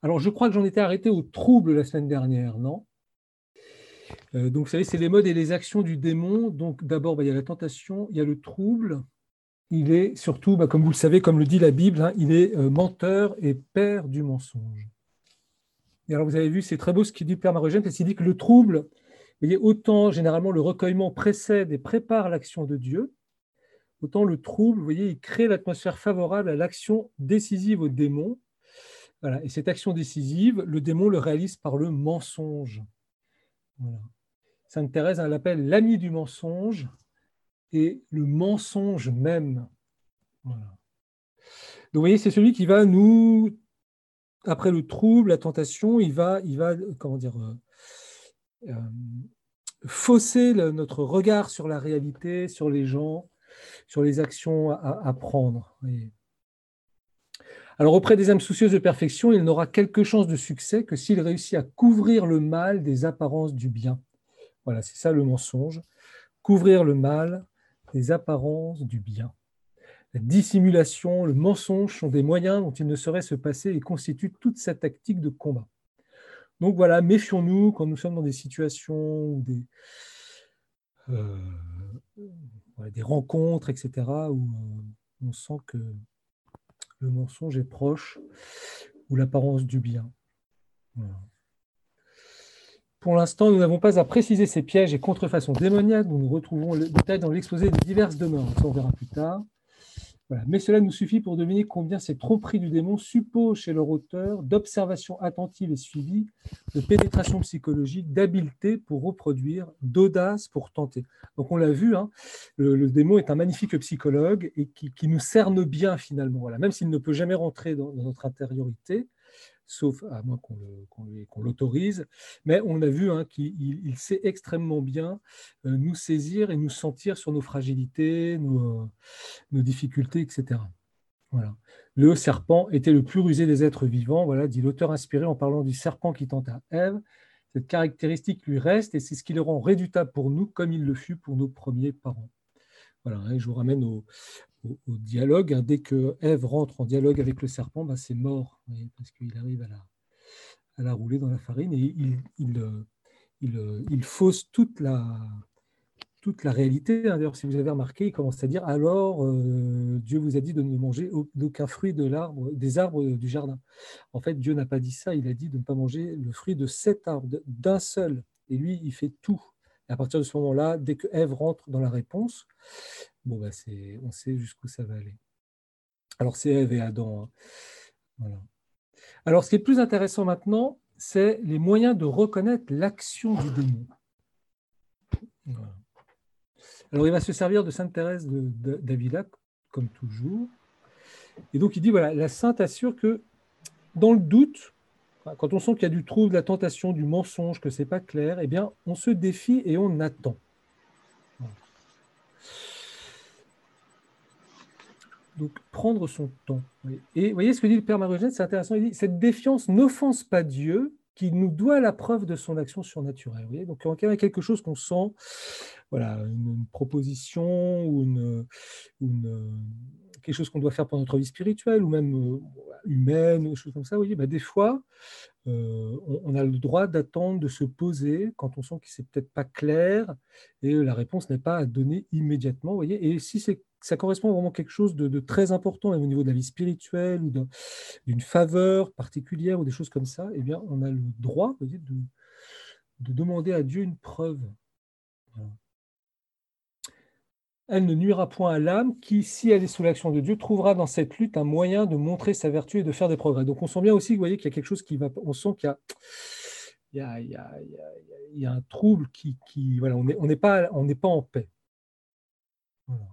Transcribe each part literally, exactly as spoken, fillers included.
Alors, je crois que j'en étais arrêté au trouble la semaine dernière, non? Euh, donc, vous savez, c'est les modes et les actions du démon. Donc, d'abord, bah, il y a la tentation, il y a le trouble. Il est surtout, bah, comme vous le savez, comme le dit la Bible, hein, il est euh, menteur et père du mensonge. Et alors, vous avez vu, c'est très beau ce qu'il dit Père Marogène, parce qu'il dit que le trouble, vous voyez, autant généralement le recueillement précède et prépare l'action de Dieu, autant le trouble, vous voyez, il crée l'atmosphère favorable à l'action décisive au démon. Voilà. Et cette action décisive, le démon le réalise par le mensonge. Voilà. Sainte Thérèse, elle l'appelle l'ami du mensonge et le mensonge même. Voilà. Donc, vous voyez, c'est celui qui va nous, après le trouble, la tentation, il va, il va comment dire, euh, euh, fausser le, notre regard sur la réalité, sur les gens, sur les actions à, à prendre. Vous voyez. Alors, auprès des âmes soucieuses de perfection, il n'aura quelque chance de succès que s'il réussit à couvrir le mal des apparences du bien. Voilà, c'est ça le mensonge. Couvrir le mal des apparences du bien. La dissimulation, le mensonge sont des moyens dont il ne saurait se passer et constituent toute sa tactique de combat. Donc voilà, méfions-nous quand nous sommes dans des situations ou des, euh, ouais, des rencontres, et cetera, où euh, on sent que le mensonge est proche ou l'apparence du bien. Voilà. Pour l'instant, nous n'avons pas à préciser ces pièges et contrefaçons démoniaques dont nous retrouvons le détail dans l'exposé des diverses demeures. Ça, on verra plus tard. Voilà. Mais cela nous suffit pour deviner combien ces tromperies du démon supposent chez leur auteur d'observation attentive et suivie, de pénétration psychologique, d'habileté pour reproduire, d'audace pour tenter. Donc on l'a vu, hein, le, le démon est un magnifique psychologue et qui, qui nous cerne bien finalement. Voilà. Même s'il ne peut jamais rentrer dans, dans notre intériorité, sauf à moins qu'on, le, qu'on, qu'on l'autorise. Mais on a vu hein, qu'il il sait extrêmement bien euh, nous saisir et nous sentir sur nos fragilités, nos, euh, nos difficultés, et cetera. Voilà. Le serpent était le plus rusé des êtres vivants, voilà, dit l'auteur inspiré en parlant du serpent qui tenta Ève. Cette caractéristique lui reste et c'est ce qui le rend redoutable pour nous comme il le fut pour nos premiers parents. Voilà, hein, je vous ramène au, au, au dialogue. Hein. Dès que Ève rentre en dialogue avec le serpent, ben, c'est mort, voyez, parce qu'il arrive à la, à la rouler dans la farine et il, il, il, il, il fausse toute la, toute la réalité. Hein. D'ailleurs, si vous avez remarqué, il commence à dire alors euh, Dieu vous a dit de ne manger d'aucun fruit de l'arbre, des arbres du jardin. En fait, Dieu n'a pas dit ça, il a dit de ne pas manger le fruit de cet arbre, d'un seul. Et lui, il fait tout. Et à partir de ce moment-là, dès que Ève rentre dans la réponse, bon, bah, c'est, on sait jusqu'où ça va aller. Alors, c'est Ève et Adam. Hein. Voilà. Alors, ce qui est plus intéressant maintenant, c'est les moyens de reconnaître l'action du démon. Voilà. Alors, il va se servir de Sainte Thérèse de, de, d'Avila, comme toujours. Et donc, il dit, voilà, la sainte assure que dans le doute, quand on sent qu'il y a du trouble, de la tentation, du mensonge, que ce n'est pas clair, eh bien, on se défie et on attend. Voilà. Donc, prendre son temps. Et vous voyez ce que dit le Père Marogène, c'est intéressant, il dit, cette défiance n'offense pas Dieu, qui nous doit la preuve de son action surnaturelle. Vous voyez, donc, quand il y a quelque chose qu'on sent, voilà, une, une proposition ou une, une, quelque chose qu'on doit faire pour notre vie spirituelle ou même euh, humaine, des choses comme ça, vous voyez, bah, des fois, euh, on, on a le droit d'attendre, de se poser quand on sent que c'est peut-être pas clair et la réponse n'est pas à donner immédiatement, vous voyez. Et si c'est, ça correspond vraiment à quelque chose de, de très important même au niveau de la vie spirituelle ou d'un, d'une faveur particulière ou des choses comme ça, eh bien, on a le droit, vous voyez, de, de demander à Dieu une preuve. Voilà. Elle ne nuira point à l'âme qui, si elle est sous l'action de Dieu, trouvera dans cette lutte un moyen de montrer sa vertu et de faire des progrès. Donc on sent bien aussi, vous voyez, qu'il y a quelque chose qui va... On sent qu'il y a, il y a, il y a, il y a, il y a un trouble qui... qui voilà, on n'est on n'est pas, on n'est pas en paix. Voilà.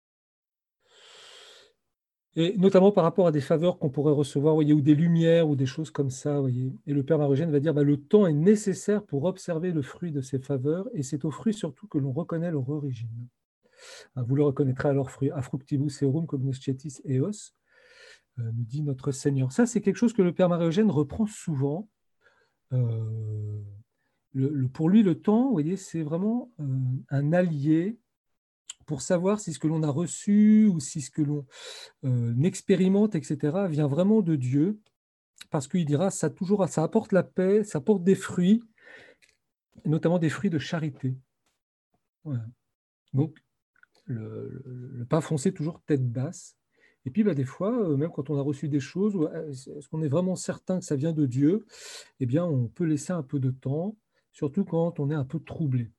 Et notamment par rapport à des faveurs qu'on pourrait recevoir, voyez, ou des lumières, ou des choses comme ça. Voyez. Et le Père Marogène va dire, bah, le temps est nécessaire pour observer le fruit de ces faveurs, et c'est au fruit surtout que l'on reconnaît leur origine. Vous le reconnaîtrez à leur fruit. A fructibus erum cognoscetis eos, euh, nous dit notre Seigneur. Ça, c'est quelque chose que le Père Marie-Eugène reprend souvent. Euh, le, le, pour lui, le temps, vous voyez, c'est vraiment euh, un allié pour savoir si ce que l'on a reçu ou si ce que l'on euh, expérimente, et cetera, vient vraiment de Dieu parce qu'il dira ça, toujours, ça apporte la paix, ça apporte des fruits, notamment des fruits de charité. Voilà. Donc, le, le, le pas foncer toujours tête basse. Et puis, bah, des fois, euh, même quand on a reçu des choses, est-ce qu'on est vraiment certain que ça vient de Dieu? Eh bien, on peut laisser un peu de temps, surtout quand on est un peu troublé.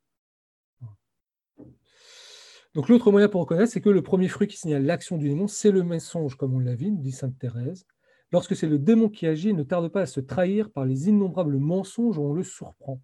Donc, l'autre moyen pour reconnaître, c'est que le premier fruit qui signale l'action du démon, c'est le mensonge, comme on l'a vu, dit sainte Thérèse. Lorsque c'est le démon qui agit, il ne tarde pas à se trahir par les innombrables mensonges où on le surprend.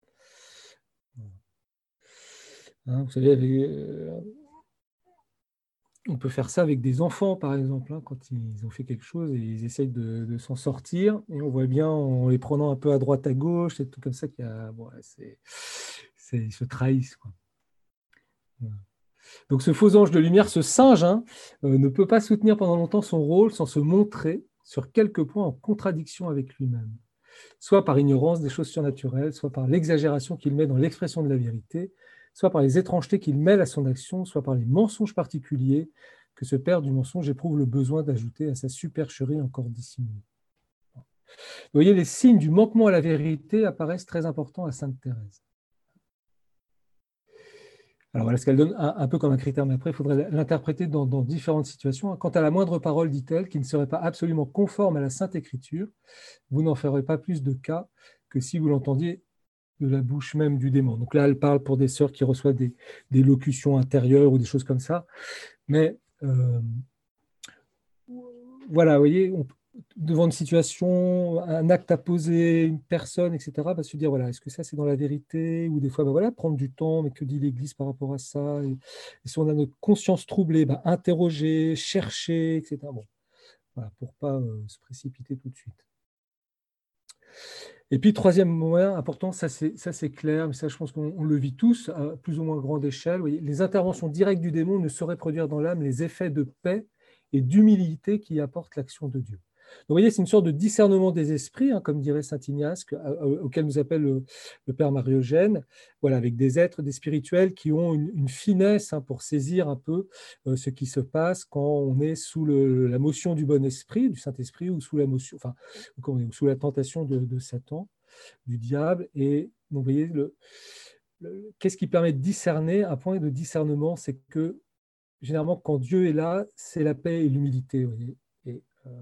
Hein, vous savez, avec, euh, on peut faire ça avec des enfants, par exemple, hein, quand ils ont fait quelque chose et ils essayent de, de s'en sortir. Et on voit bien en les prenant un peu à droite, à gauche, c'est tout comme ça qu'il y a, bon, c'est, c'est, ils se trahissent, quoi. Voilà. Donc ce faux ange de lumière, ce singe, hein, euh, ne peut pas soutenir pendant longtemps son rôle sans se montrer sur quelques points en contradiction avec lui-même, soit par ignorance des choses surnaturelles, soit par l'exagération qu'il met dans l'expression de la vérité, soit par les étrangetés qu'il mêle à son action, soit par les mensonges particuliers que ce père du mensonge éprouve le besoin d'ajouter à sa supercherie encore dissimulée. Vous voyez, les signes du manquement à la vérité apparaissent très importants à sainte Thérèse. Alors voilà ce qu'elle donne un, un peu comme un critère, mais après, il faudrait l'interpréter dans, dans différentes situations. Quant à la moindre parole, dit-elle, qui ne serait pas absolument conforme à la Sainte Écriture, vous n'en ferez pas plus de cas que si vous l'entendiez de la bouche même du démon. Donc là, elle parle pour des sœurs qui reçoivent des, des locutions intérieures ou des choses comme ça. Mais euh, voilà, vous voyez, on, devant une situation, un acte à poser, une personne, et cetera, va se dire, voilà, est-ce que ça c'est dans la vérité? Ou des fois, bah, voilà, prendre du temps, mais que dit l'Église par rapport à ça? Et, et si on a notre conscience troublée, bah, interroger, chercher, et cetera. Bon, voilà, pour ne pas euh, se précipiter tout de suite. Et puis, troisième moyen important, ça c'est clair, mais ça je pense qu'on le vit tous à plus ou moins grande échelle. Vous voyez, les interventions directes du démon ne sauraient produire dans l'âme les effets de paix et d'humilité qui apportent l'action de Dieu. Donc, vous voyez, c'est une sorte de discernement des esprits, hein, comme dirait saint Ignace, que, euh, auquel nous appelle le, le Père Marie-Eugène, voilà, avec des êtres, des spirituels qui ont une, une finesse hein, pour saisir un peu euh, ce qui se passe quand on est sous le, la motion du bon esprit, du Saint-Esprit, ou sous la motion, enfin, quand on est sous la tentation de, de Satan, du diable. Et donc, vous voyez, le, le, qu'est-ce qui permet de discerner? Un point de discernement, c'est que généralement, quand Dieu est là, c'est la paix et l'humilité. Vous voyez. Et, euh,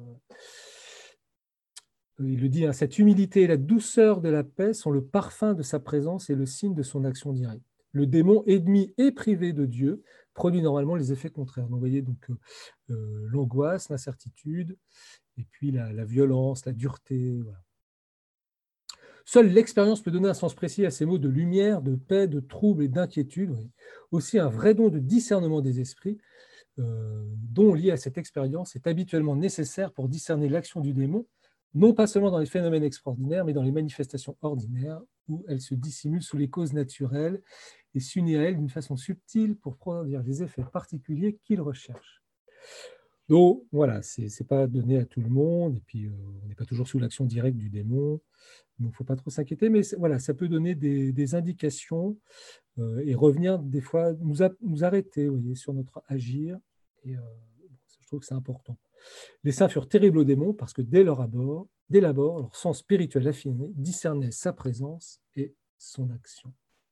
il le dit, hein, cette humilité et la douceur de la paix sont le parfum de sa présence et le signe de son action directe. Le démon, ennemi et privé de Dieu, produit normalement les effets contraires. Donc, vous voyez, donc, euh, l'angoisse, l'incertitude, et puis la, la violence, la dureté. Voilà. Seule l'expérience peut donner un sens précis à ces mots de lumière, de paix, de trouble et d'inquiétude. Oui. Aussi, un vrai don de discernement des esprits, euh, dont lié à cette expérience, est habituellement nécessaire pour discerner l'action du démon, non pas seulement dans les phénomènes extraordinaires, mais dans les manifestations ordinaires, où elle se dissimule sous les causes naturelles et s'unit à elles d'une façon subtile pour produire les effets particuliers qu'il recherche. Donc voilà, ce n'est pas donné à tout le monde, et puis euh, on n'est pas toujours sous l'action directe du démon, donc il ne faut pas trop s'inquiéter, mais voilà, ça peut donner des, des indications euh, et revenir des fois, nous, a, nous arrêter, vous voyez, sur notre agir, et euh, je trouve que c'est important. Les saints furent terribles aux démons parce que dès leur abord, dès l'abord, leur sens spirituel affiné discernait sa présence et son action.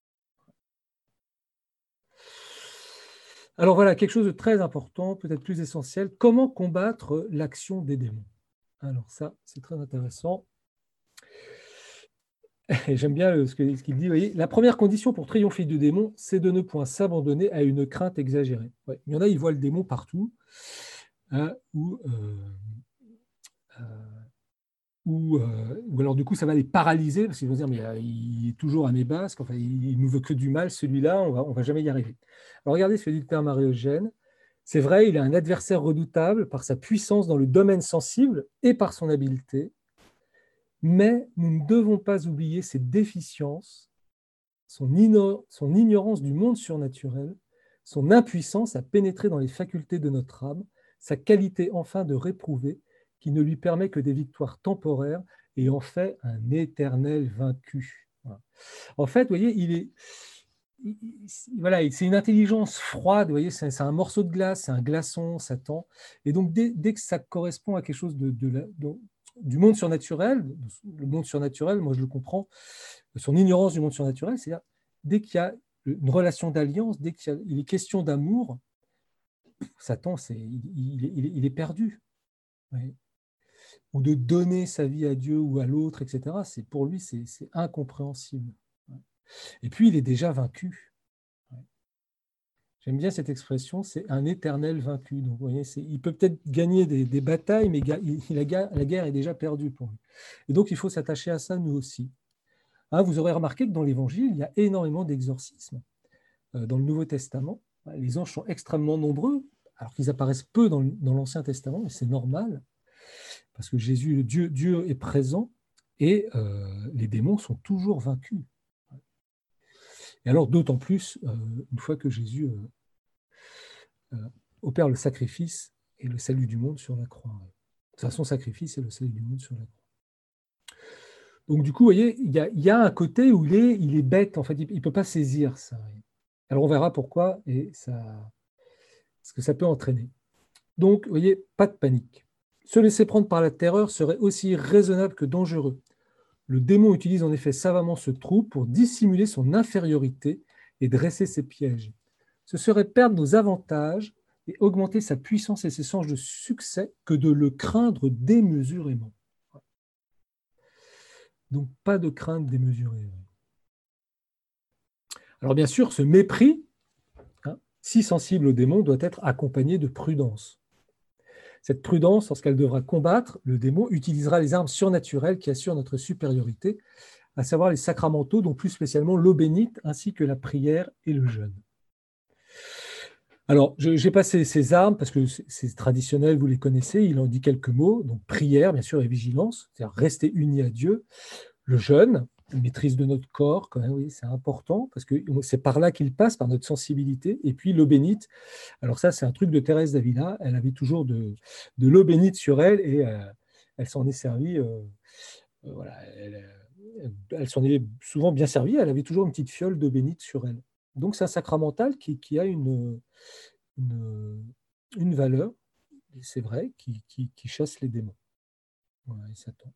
Alors voilà, quelque chose de très important, peut-être plus essentiel, comment combattre l'action des démons? Alors ça, c'est très intéressant. Et j'aime bien ce qu'il ce qu'il dit. Vous voyez, la première condition pour triompher du démon, c'est de ne point s'abandonner à une crainte exagérée. Ouais, il y en a, ils voient le démon partout, hein, ou, euh, euh, ou, euh, ou alors du coup, ça va les paralyser, parce qu'ils vont se dire, mais euh, il est toujours à mes basques, enfin, il ne nous veut que du mal, celui-là, on va, on va jamais y arriver. Alors regardez ce que dit le Père Marie-Eugène. C'est vrai, il a un adversaire redoutable par sa puissance dans le domaine sensible et par son habileté, mais nous ne devons pas oublier ses déficiences, son, son ignorance du monde surnaturel, son impuissance à pénétrer dans les facultés de notre âme, sa qualité enfin de réprouver, qui ne lui permet que des victoires temporaires et en fait un éternel vaincu. Voilà. En fait, vous voyez, il est... Voilà, c'est une intelligence froide, vous voyez, c'est un morceau de glace, c'est un glaçon, Satan. Et donc, dès, dès que ça correspond à quelque chose de, de, de du monde surnaturel, le monde surnaturel, moi je le comprends, son ignorance du monde surnaturel, c'est-à-dire dès qu'il y a une relation d'alliance, dès qu'il il est question d'amour, Satan, c'est, il, il, il, il est perdu. Oui. Ou de donner sa vie à Dieu ou à l'autre, et cetera. C'est, pour lui, c'est, c'est incompréhensible. Et puis, il est déjà vaincu. J'aime bien cette expression, c'est un éternel vaincu. Donc, vous voyez, c'est, il peut peut-être gagner des, des batailles, mais il, il, la, la guerre est déjà perdue pour lui. Et donc, il faut s'attacher à ça, nous aussi. Hein, vous aurez remarqué que dans l'Évangile, il y a énormément d'exorcismes. Euh, dans le Nouveau Testament, les anges sont extrêmement nombreux, alors qu'ils apparaissent peu dans, dans l'Ancien Testament, mais c'est normal, parce que Jésus, Dieu, Dieu est présent, et euh, les démons sont toujours vaincus. Et alors, d'autant plus, euh, une fois que Jésus euh, euh, opère le sacrifice et le salut du monde sur la croix. Enfin, son sacrifice et le salut du monde sur la croix. Donc, du coup, vous voyez, il y a, il y a un côté où il est, il est bête, en fait, il ne peut pas saisir ça. Alors, on verra pourquoi et ça, ce que ça peut entraîner. Donc, vous voyez, pas de panique. Se laisser prendre par la terreur serait aussi raisonnable que dangereux. Le démon utilise en effet savamment ce trouble pour dissimuler son infériorité et dresser ses pièges. Ce serait perdre nos avantages et augmenter sa puissance et ses chances de succès que de le craindre démesurément. Donc, pas de crainte démesurée. Alors, bien sûr, ce mépris, hein, si sensible au démon, doit être accompagné de prudence. Cette prudence, lorsqu'elle devra combattre, le démon utilisera les armes surnaturelles qui assurent notre supériorité, à savoir les sacramentaux, dont plus spécialement l'eau bénite, ainsi que la prière et le jeûne. Alors, j'ai passé ces armes parce que c'est traditionnel, vous les connaissez, il en dit quelques mots. Donc, prière, bien sûr, et vigilance, c'est-à-dire rester unis à Dieu. Le jeûne, maîtrise de notre corps, quand même, oui, c'est important, parce que c'est par là qu'il passe, par notre sensibilité. Et puis, l'eau bénite. Alors ça, c'est un truc de Thérèse d'Avila. Elle avait toujours de, de l'eau bénite sur elle et euh, elle s'en est servie. Euh, euh, voilà, elle, elle s'en est souvent bien servie. Elle avait toujours une petite fiole d'eau bénite sur elle. Donc c'est un sacramental qui, qui a une, une, une valeur, c'est vrai, qui, qui, qui chasse les démons. Voilà, et Satan.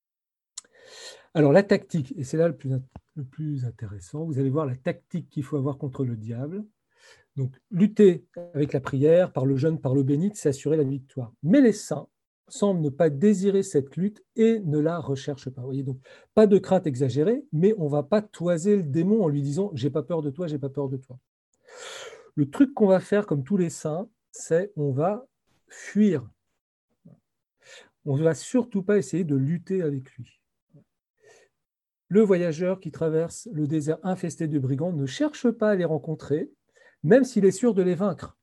Alors la tactique, et c'est là le plus, le plus intéressant, vous allez voir la tactique qu'il faut avoir contre le diable. Donc, lutter avec la prière, par le jeûne, par l'eau bénite, c'est assurer la victoire. Mais les saints semblent ne pas désirer cette lutte et ne la recherchent pas. Vous voyez, donc, pas de crainte exagérée, mais on ne va pas toiser le démon en lui disant « j'ai pas peur de toi, j'ai pas peur de toi ». Le truc qu'on va faire, comme tous les saints, c'est on va fuir. On ne va surtout pas essayer de lutter avec lui. Le voyageur qui traverse le désert infesté de brigands ne cherche pas à les rencontrer, même s'il est sûr de les vaincre.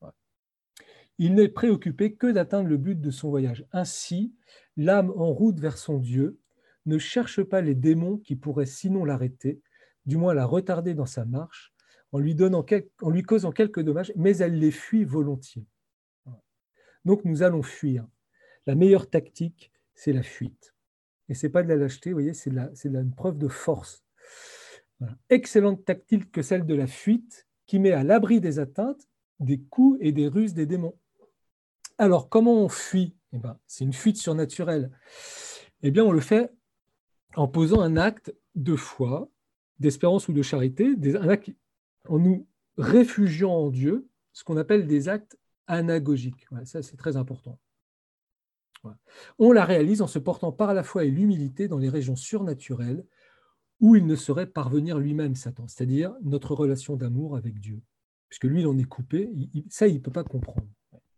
Il n'est préoccupé que d'atteindre le but de son voyage. Ainsi, l'âme en route vers son Dieu ne cherche pas les démons qui pourraient sinon l'arrêter, du moins la retarder dans sa marche, en lui, donnant quel... en lui causant quelques dommages, mais elle les fuit volontiers. Donc nous allons fuir. La meilleure tactique, c'est la fuite. Et ce n'est pas de la lâcheté, vous voyez, c'est, de la... c'est de la... une preuve de force. Voilà. Excellente tactique que celle de la fuite, qui met à l'abri des atteintes, des coups et des ruses des démons. Alors, comment on fuit ? Eh ben, c'est une fuite surnaturelle. Eh bien, on le fait en posant un acte de foi, d'espérance ou de charité, un acte en nous réfugiant en Dieu, ce qu'on appelle des actes anagogiques. Ouais, ça, c'est très important. Ouais. On la réalise en se portant par la foi et l'humilité dans les régions surnaturelles où il ne saurait parvenir lui-même, Satan, c'est-à-dire notre relation d'amour avec Dieu. Puisque lui, il en est coupé, il, ça, il ne peut pas comprendre.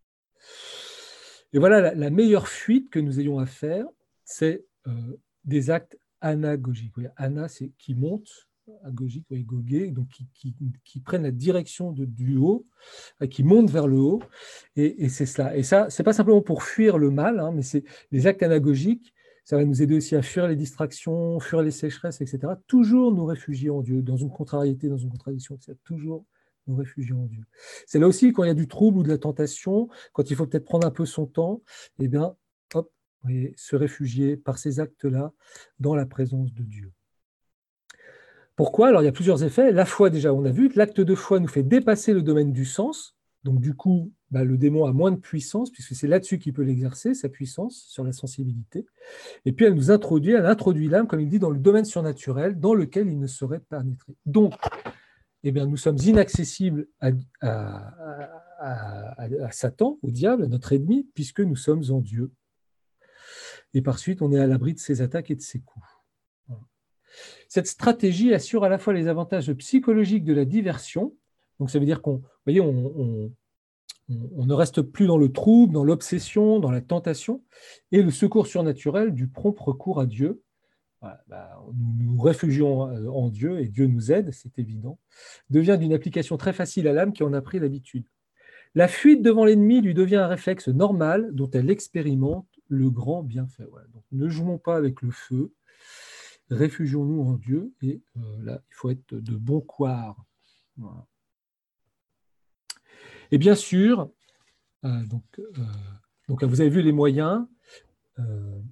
Et voilà, la, la meilleure fuite que nous ayons à faire, c'est euh, des actes anagogiques. Oui, ana, c'est qui monte, agogique, oui, gogué, donc qui, qui, qui prennent la direction de, du haut, qui montent vers le haut, et, et c'est cela. Et ça, c'est pas simplement pour fuir le mal, hein, mais c'est les actes anagogiques. Ça va nous aider aussi à fuir les distractions, fuir les sécheresses, et cetera. Toujours nous réfugier en Dieu, dans une contrariété, dans une contradiction, et cetera. Toujours nous réfugier en Dieu. C'est là aussi quand il y a du trouble ou de la tentation, quand il faut peut-être prendre un peu son temps, eh bien, hop, vous voyez, se réfugier par ces actes-là dans la présence de Dieu. Pourquoi ? Alors, il y a plusieurs effets. La foi, déjà, on a vu que l'acte de foi nous fait dépasser le domaine du sens. Donc, du coup, bah, le démon a moins de puissance, puisque c'est là-dessus qu'il peut l'exercer, sa puissance sur la sensibilité. Et puis elle nous introduit, elle introduit l'âme, comme il dit, dans le domaine surnaturel, dans lequel il ne saurait pénétrer. Donc, eh bien, nous sommes inaccessibles à, à, à, à, à Satan, au diable, à notre ennemi, puisque nous sommes en Dieu. Et par suite, on est à l'abri de ses attaques et de ses coups. Voilà. Cette stratégie assure à la fois les avantages psychologiques de la diversion, donc ça veut dire qu'on, vous voyez, on, on, on ne reste plus dans le trouble, dans l'obsession, dans la tentation, et le secours surnaturel du prompt recours à Dieu. Voilà, bah, nous nous réfugions en Dieu et Dieu nous aide, c'est évident, devient d'une application très facile à l'âme qui en a pris l'habitude. La fuite devant l'ennemi lui devient un réflexe normal dont elle expérimente le grand bienfait. Voilà. Donc, ne jouons pas avec le feu, réfugions-nous en Dieu, et euh, là, il faut être de bon courage. Voilà. Et bien sûr, euh, donc, euh, donc, vous avez vu les moyens. Euh,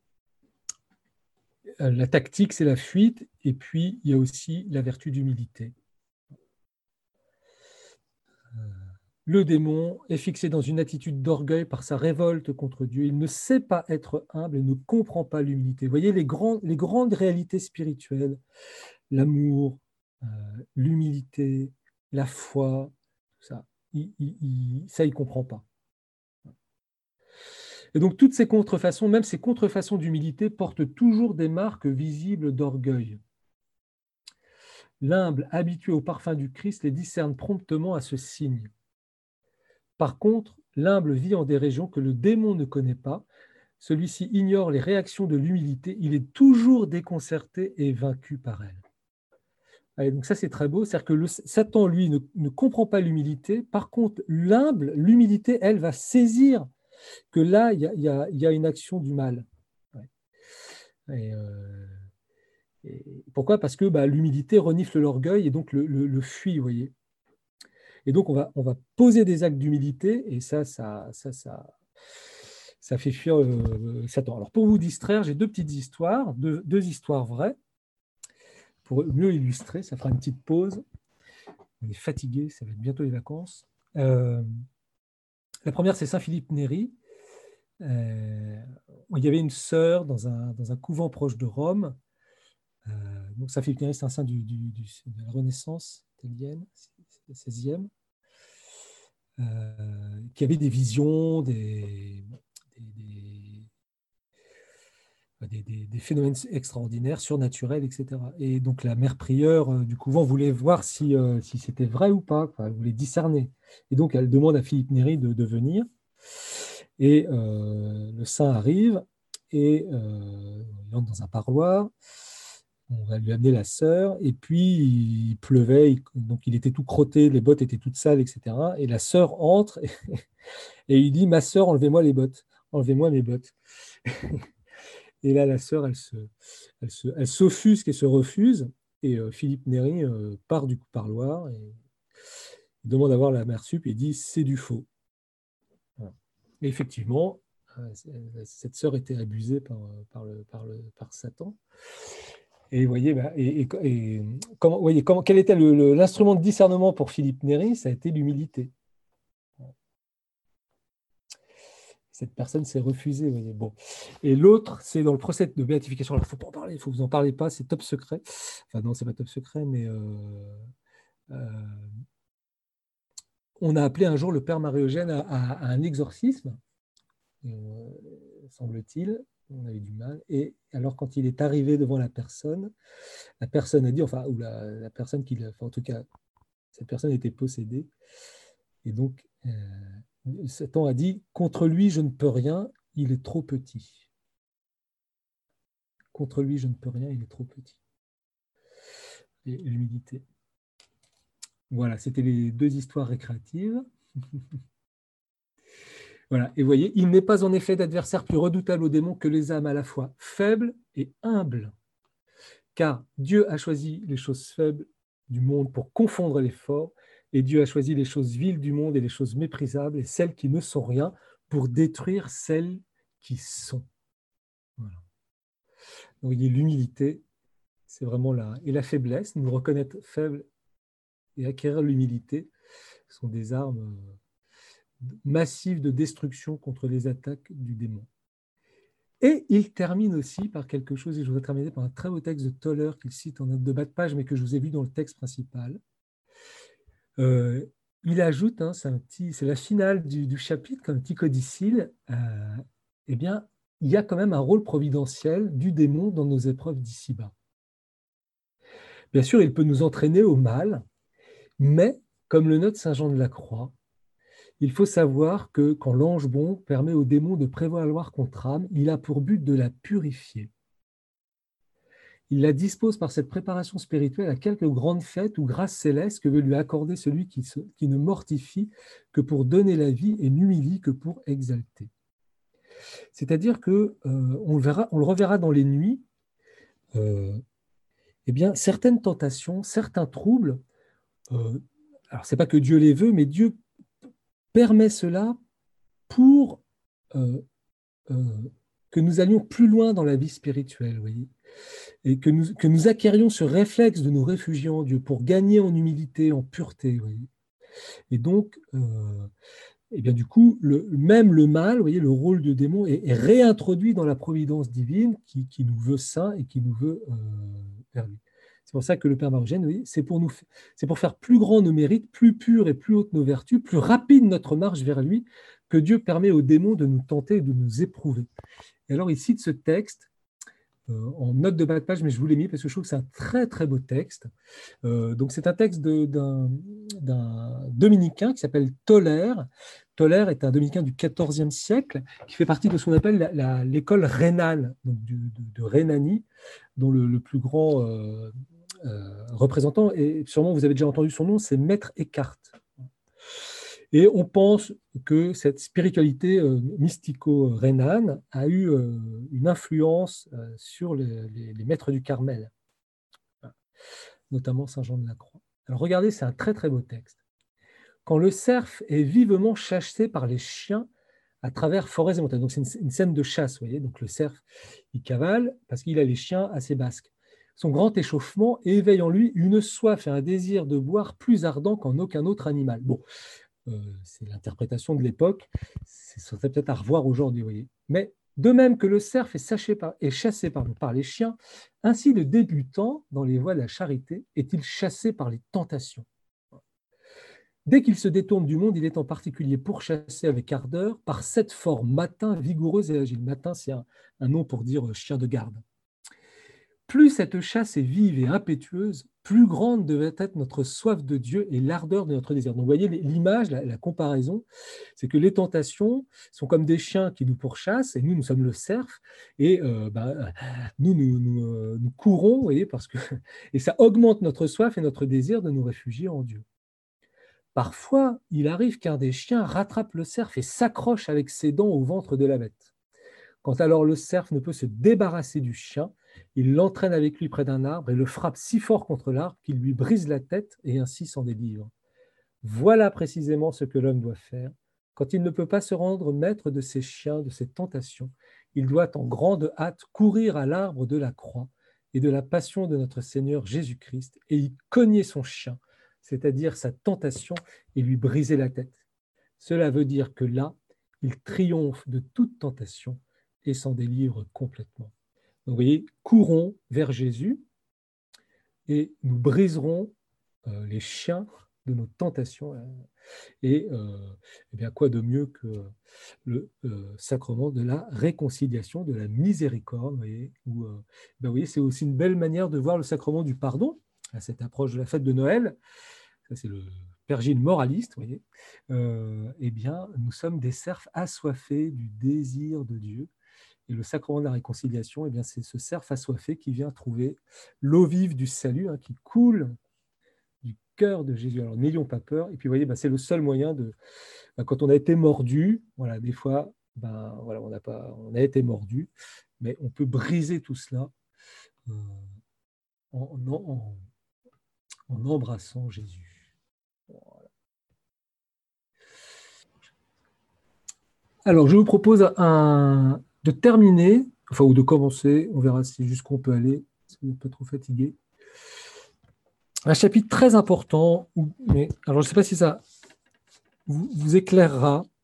la tactique, c'est la fuite, et puis il y a aussi la vertu d'humilité. Le démon est fixé dans une attitude d'orgueil par sa révolte contre Dieu. Il ne sait pas être humble et ne comprend pas l'humilité. Vous voyez les, grands, les grandes réalités spirituelles, l'amour, euh, l'humilité, la foi, tout ça, il, il, il, ça, il ne comprend pas. Et donc, toutes ces contrefaçons, même ces contrefaçons d'humilité, portent toujours des marques visibles d'orgueil. L'humble, habitué au parfum du Christ, les discerne promptement à ce signe. Par contre, l'humble vit en des régions que le démon ne connaît pas. Celui-ci ignore les réactions de l'humilité. Il est toujours déconcerté et vaincu par elle. Allez, donc ça, c'est très beau. C'est-à-dire que le, Satan, lui, ne, ne comprend pas l'humilité. Par contre, l'humble, l'humilité, elle, va saisir que là, il y a, y a, y a une action du mal. Ouais. Et, euh, et pourquoi ? Parce que bah, l'humilité renifle l'orgueil et donc le, le, le fuit, vous voyez. Et donc, on va, on va poser des actes d'humilité, et ça, ça, ça, ça, ça fait fuir euh, Satan. Alors, pour vous distraire, j'ai deux petites histoires, deux, deux histoires vraies, pour mieux illustrer. Ça fera une petite pause. On est fatigué, ça va être bientôt les vacances. Euh, la première, c'est Saint-Philippe Néri. Euh, il y avait une sœur dans un, dans un couvent proche de Rome. Euh, donc, Saint-Philippe Néri, c'est un saint du, du, du, de la Renaissance italienne, seizième. Euh, qui avait des visions, des, des, des, des, des phénomènes extraordinaires, surnaturels, et cetera. Et donc la mère prieure euh, du couvent voulait voir si, euh, si c'était vrai ou pas, quoi. Elle voulait discerner. Et donc elle demande à Philippe Néri de, de venir. Et euh, le saint arrive et euh, il entre dans un parloir. On va lui amener la sœur, et puis il pleuvait, il, donc il était tout crotté, les bottes étaient toutes sales, et cetera. Et la sœur entre et, et il dit « Ma sœur, enlevez-moi les bottes, enlevez-moi mes bottes. » Et là, la sœur, elle, se, elle, se, elle s'offusque et se refuse, et euh, Philippe Néri euh, part du parloir, et il demande à voir la mère sup, et il dit « C'est du faux. » Voilà. Et effectivement, euh, cette sœur était abusée par, par, le, par, le, par Satan. Et vous voyez, bah, et, et, et comment, voyez comment, quel était le, le, l'instrument de discernement pour Philippe Néri ? Ça a été l'humilité. Cette personne s'est refusée. Vous voyez. Bon. Et l'autre, c'est dans le procès de béatification. Alors, il ne faut pas en parler, il faut que vous en parlez pas, c'est top secret. Enfin, non, ce n'est pas top secret, mais euh, euh, on a appelé un jour le père Marie-Eugène à, à, à un exorcisme, euh, semble-t-il. On a eu du mal. Et alors, quand il est arrivé devant la personne, la personne a dit, enfin, ou la, la personne qui l'a, enfin, en tout cas, cette personne était possédée. Et donc, euh, Satan a dit, contre lui, je ne peux rien, il est trop petit. Contre lui, je ne peux rien, il est trop petit. Et l'humilité. Voilà, c'était les deux histoires récréatives. Voilà, et vous voyez, il n'est pas en effet d'adversaire plus redoutable aux démons que les âmes à la fois faibles et humbles. Car Dieu a choisi les choses faibles du monde pour confondre les forts, et Dieu a choisi les choses viles du monde et les choses méprisables et celles qui ne sont rien pour détruire celles qui sont. Voilà. Donc, vous voyez, l'humilité, c'est vraiment là. Et la faiblesse, nous reconnaître faible et acquérir l'humilité sont des armes massive de destruction contre les attaques du démon. Et il termine aussi par quelque chose, et je voudrais terminer par un très beau texte de Toller qu'il cite en note de bas de page, mais que je vous ai vu dans le texte principal. Euh, il ajoute, hein, c'est, un petit, c'est la finale du, du chapitre, comme petit codicile, euh, eh bien, il y a quand même un rôle providentiel du démon dans nos épreuves d'ici-bas. Bien sûr, il peut nous entraîner au mal, mais, comme le note Saint Jean de la Croix, il faut savoir que quand l'ange bon permet au démon de prévaloir contre âme, il a pour but de la purifier. Il la dispose par cette préparation spirituelle à quelque grande fête ou grâce céleste que veut lui accorder celui qui, se, qui ne mortifie que pour donner la vie et n'humilie que pour exalter. C'est-à-dire que euh, on, le verra, on le reverra dans les nuits, euh, eh bien, certaines tentations, certains troubles, euh, alors c'est pas que Dieu les veut, mais Dieu permet cela pour euh, euh, que nous allions plus loin dans la vie spirituelle, vous voyez, et que nous, que nous acquérions ce réflexe de nous réfugier en Dieu pour gagner en humilité, en pureté, vous voyez. Et donc, euh, et bien du coup, le, même le mal, vous voyez, le rôle du démon est, est réintroduit dans la providence divine qui, qui nous veut saints et qui nous veut euh, vers lui. C'est pour ça que le Père Marogène, oui, c'est pour nous, c'est pour faire plus grand nos mérites, plus pures et plus hautes nos vertus, plus rapide notre marche vers lui, que Dieu permet aux démons de nous tenter et de nous éprouver. Et alors il cite ce texte euh, en note de bas de page, mais je vous l'ai mis parce que je trouve que c'est un très très beau texte. Euh, donc c'est un texte de, d'un, d'un dominicain qui s'appelle Toller. Toller est un dominicain du quatorzième siècle qui fait partie de ce qu'on appelle la, la, l'école rhénane, donc du, de, de Rhénanie, dont le, le plus grand euh, euh, représentant, et sûrement vous avez déjà entendu son nom, c'est Maître Eckhart. Et on pense que cette spiritualité euh, mystico-rhénane a eu euh, une influence euh, sur les, les, les maîtres du Carmel, notamment Saint Jean de la Croix. Alors regardez, c'est un très très beau texte. Quand le cerf est vivement chassé par les chiens à travers forêts et montagnes. Donc c'est une, une scène de chasse, vous voyez. Donc le cerf, il cavale parce qu'il a les chiens à ses basques. Son grand échauffement éveille en lui une soif et un désir de boire plus ardent qu'en aucun autre animal. Bon, euh, c'est l'interprétation de l'époque, c'est serait peut-être à revoir aujourd'hui, vous voyez. Mais de même que le cerf est, par, est chassé par, par les chiens, ainsi le débutant dans les voies de la charité est-il chassé par les tentations. Dès qu'il se détourne du monde, il est en particulier pourchassé avec ardeur par cette forme matin vigoureuse et agile. Matin, c'est un, un nom pour dire chien de garde. Plus cette chasse est vive et impétueuse, plus grande devait être notre soif de Dieu et l'ardeur de notre désir. Donc, vous voyez l'image, la, la comparaison, c'est que les tentations sont comme des chiens qui nous pourchassent, et nous, nous sommes le cerf, et euh, ben, nous, nous, nous, euh, nous courons, vous voyez, parce que, et ça augmente notre soif et notre désir de nous réfugier en Dieu. Parfois, il arrive qu'un des chiens rattrape le cerf et s'accroche avec ses dents au ventre de la bête. Quand alors le cerf ne peut se débarrasser du chien, il l'entraîne avec lui près d'un arbre et le frappe si fort contre l'arbre qu'il lui brise la tête et ainsi s'en délivre. Voilà précisément ce que l'homme doit faire. Quand il ne peut pas se rendre maître de ses chiens, de ses tentations, il doit en grande hâte courir à l'arbre de la croix et de la passion de notre Seigneur Jésus-Christ et y cogner son chien, c'est-à-dire sa tentation, et lui briser la tête. Cela veut dire que là, il triomphe de toute tentation et s'en délivre complètement. Donc, vous voyez, courons vers Jésus et nous briserons euh, les chiens de nos tentations. Et, euh, eh bien, quoi de mieux que le euh, sacrement de la réconciliation, de la miséricorde, vous voyez, où, euh, ben, vous voyez, c'est aussi une belle manière de voir le sacrement du pardon, à cette approche de la fête de Noël. Ça, c'est le Père Gilles moraliste, vous voyez. Euh, eh bien, nous sommes des cerfs assoiffés du désir de Dieu. Et le sacrement de la réconciliation, eh bien, c'est ce cerf assoiffé qui vient trouver l'eau vive du salut, hein, qui coule du cœur de Jésus. Alors, n'ayons pas peur. Et puis, vous voyez, ben, c'est le seul moyen de... Ben, quand on a été mordu, voilà, des fois, ben, voilà, on, n'a pas, on a été mordu, mais on peut briser tout cela euh, en, en, en embrassant Jésus. Voilà. Alors, je vous propose un, de terminer, enfin, ou de commencer, on verra si jusqu'où on peut aller, si vous n'êtes pas trop fatigué. Un chapitre très important, où, mais alors je ne sais pas si ça vous, vous éclairera,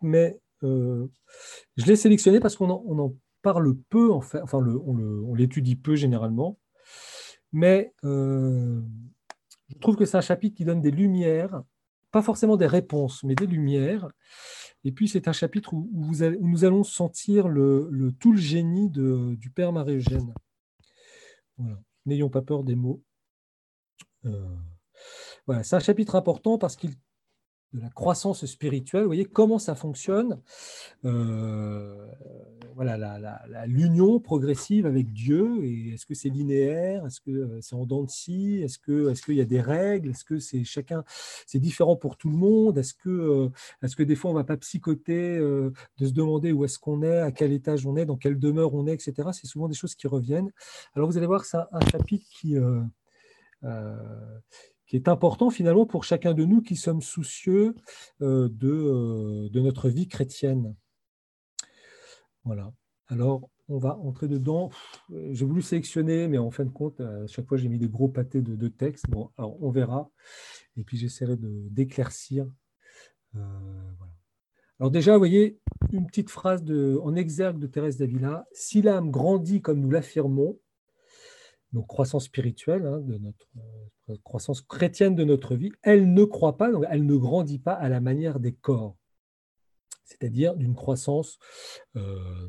mais euh, je l'ai sélectionné parce qu'on en, on en parle peu, en fait, enfin, le, on, le, on l'étudie peu généralement, mais euh, je trouve que c'est un chapitre qui donne des lumières, pas forcément des réponses, mais des lumières. Et puis, c'est un chapitre où, où, vous allez, où nous allons sentir le, le, tout le génie de, du Père Marie-Eugène. Voilà. N'ayons pas peur des mots. Euh, voilà. C'est un chapitre important parce qu'il de la croissance spirituelle, vous voyez comment ça fonctionne, euh, voilà, la, la, la, l'union progressive avec Dieu, et est-ce que c'est linéaire, est-ce que c'est en dents de scie, est-ce que, est-ce qu'il y a des règles, est-ce que c'est chacun, c'est différent pour tout le monde, est-ce que, euh, est-ce que des fois on ne va pas psychoter euh, de se demander où est-ce qu'on est, à quel étage on est, dans quelle demeure on est, et cetera. C'est souvent des choses qui reviennent. Alors vous allez voir, c'est un, un chapitre qui... Euh, euh, qui est important finalement pour chacun de nous qui sommes soucieux euh, de, euh, de notre vie chrétienne. Voilà. Alors, on va entrer dedans. J'ai voulu sélectionner, mais en fin de compte, à chaque fois, j'ai mis des gros pâtés de, de texte. Bon, alors, on verra. Et puis, j'essaierai de, d'éclaircir. Euh, voilà. Alors déjà, vous voyez, une petite phrase de, en exergue de Thérèse d'Avila. « Si l'âme grandit comme nous l'affirmons, donc croissance spirituelle, hein, de notre euh, croissance chrétienne de notre vie, elle ne croît pas, donc elle ne grandit pas à la manière des corps, c'est-à-dire d'une croissance euh,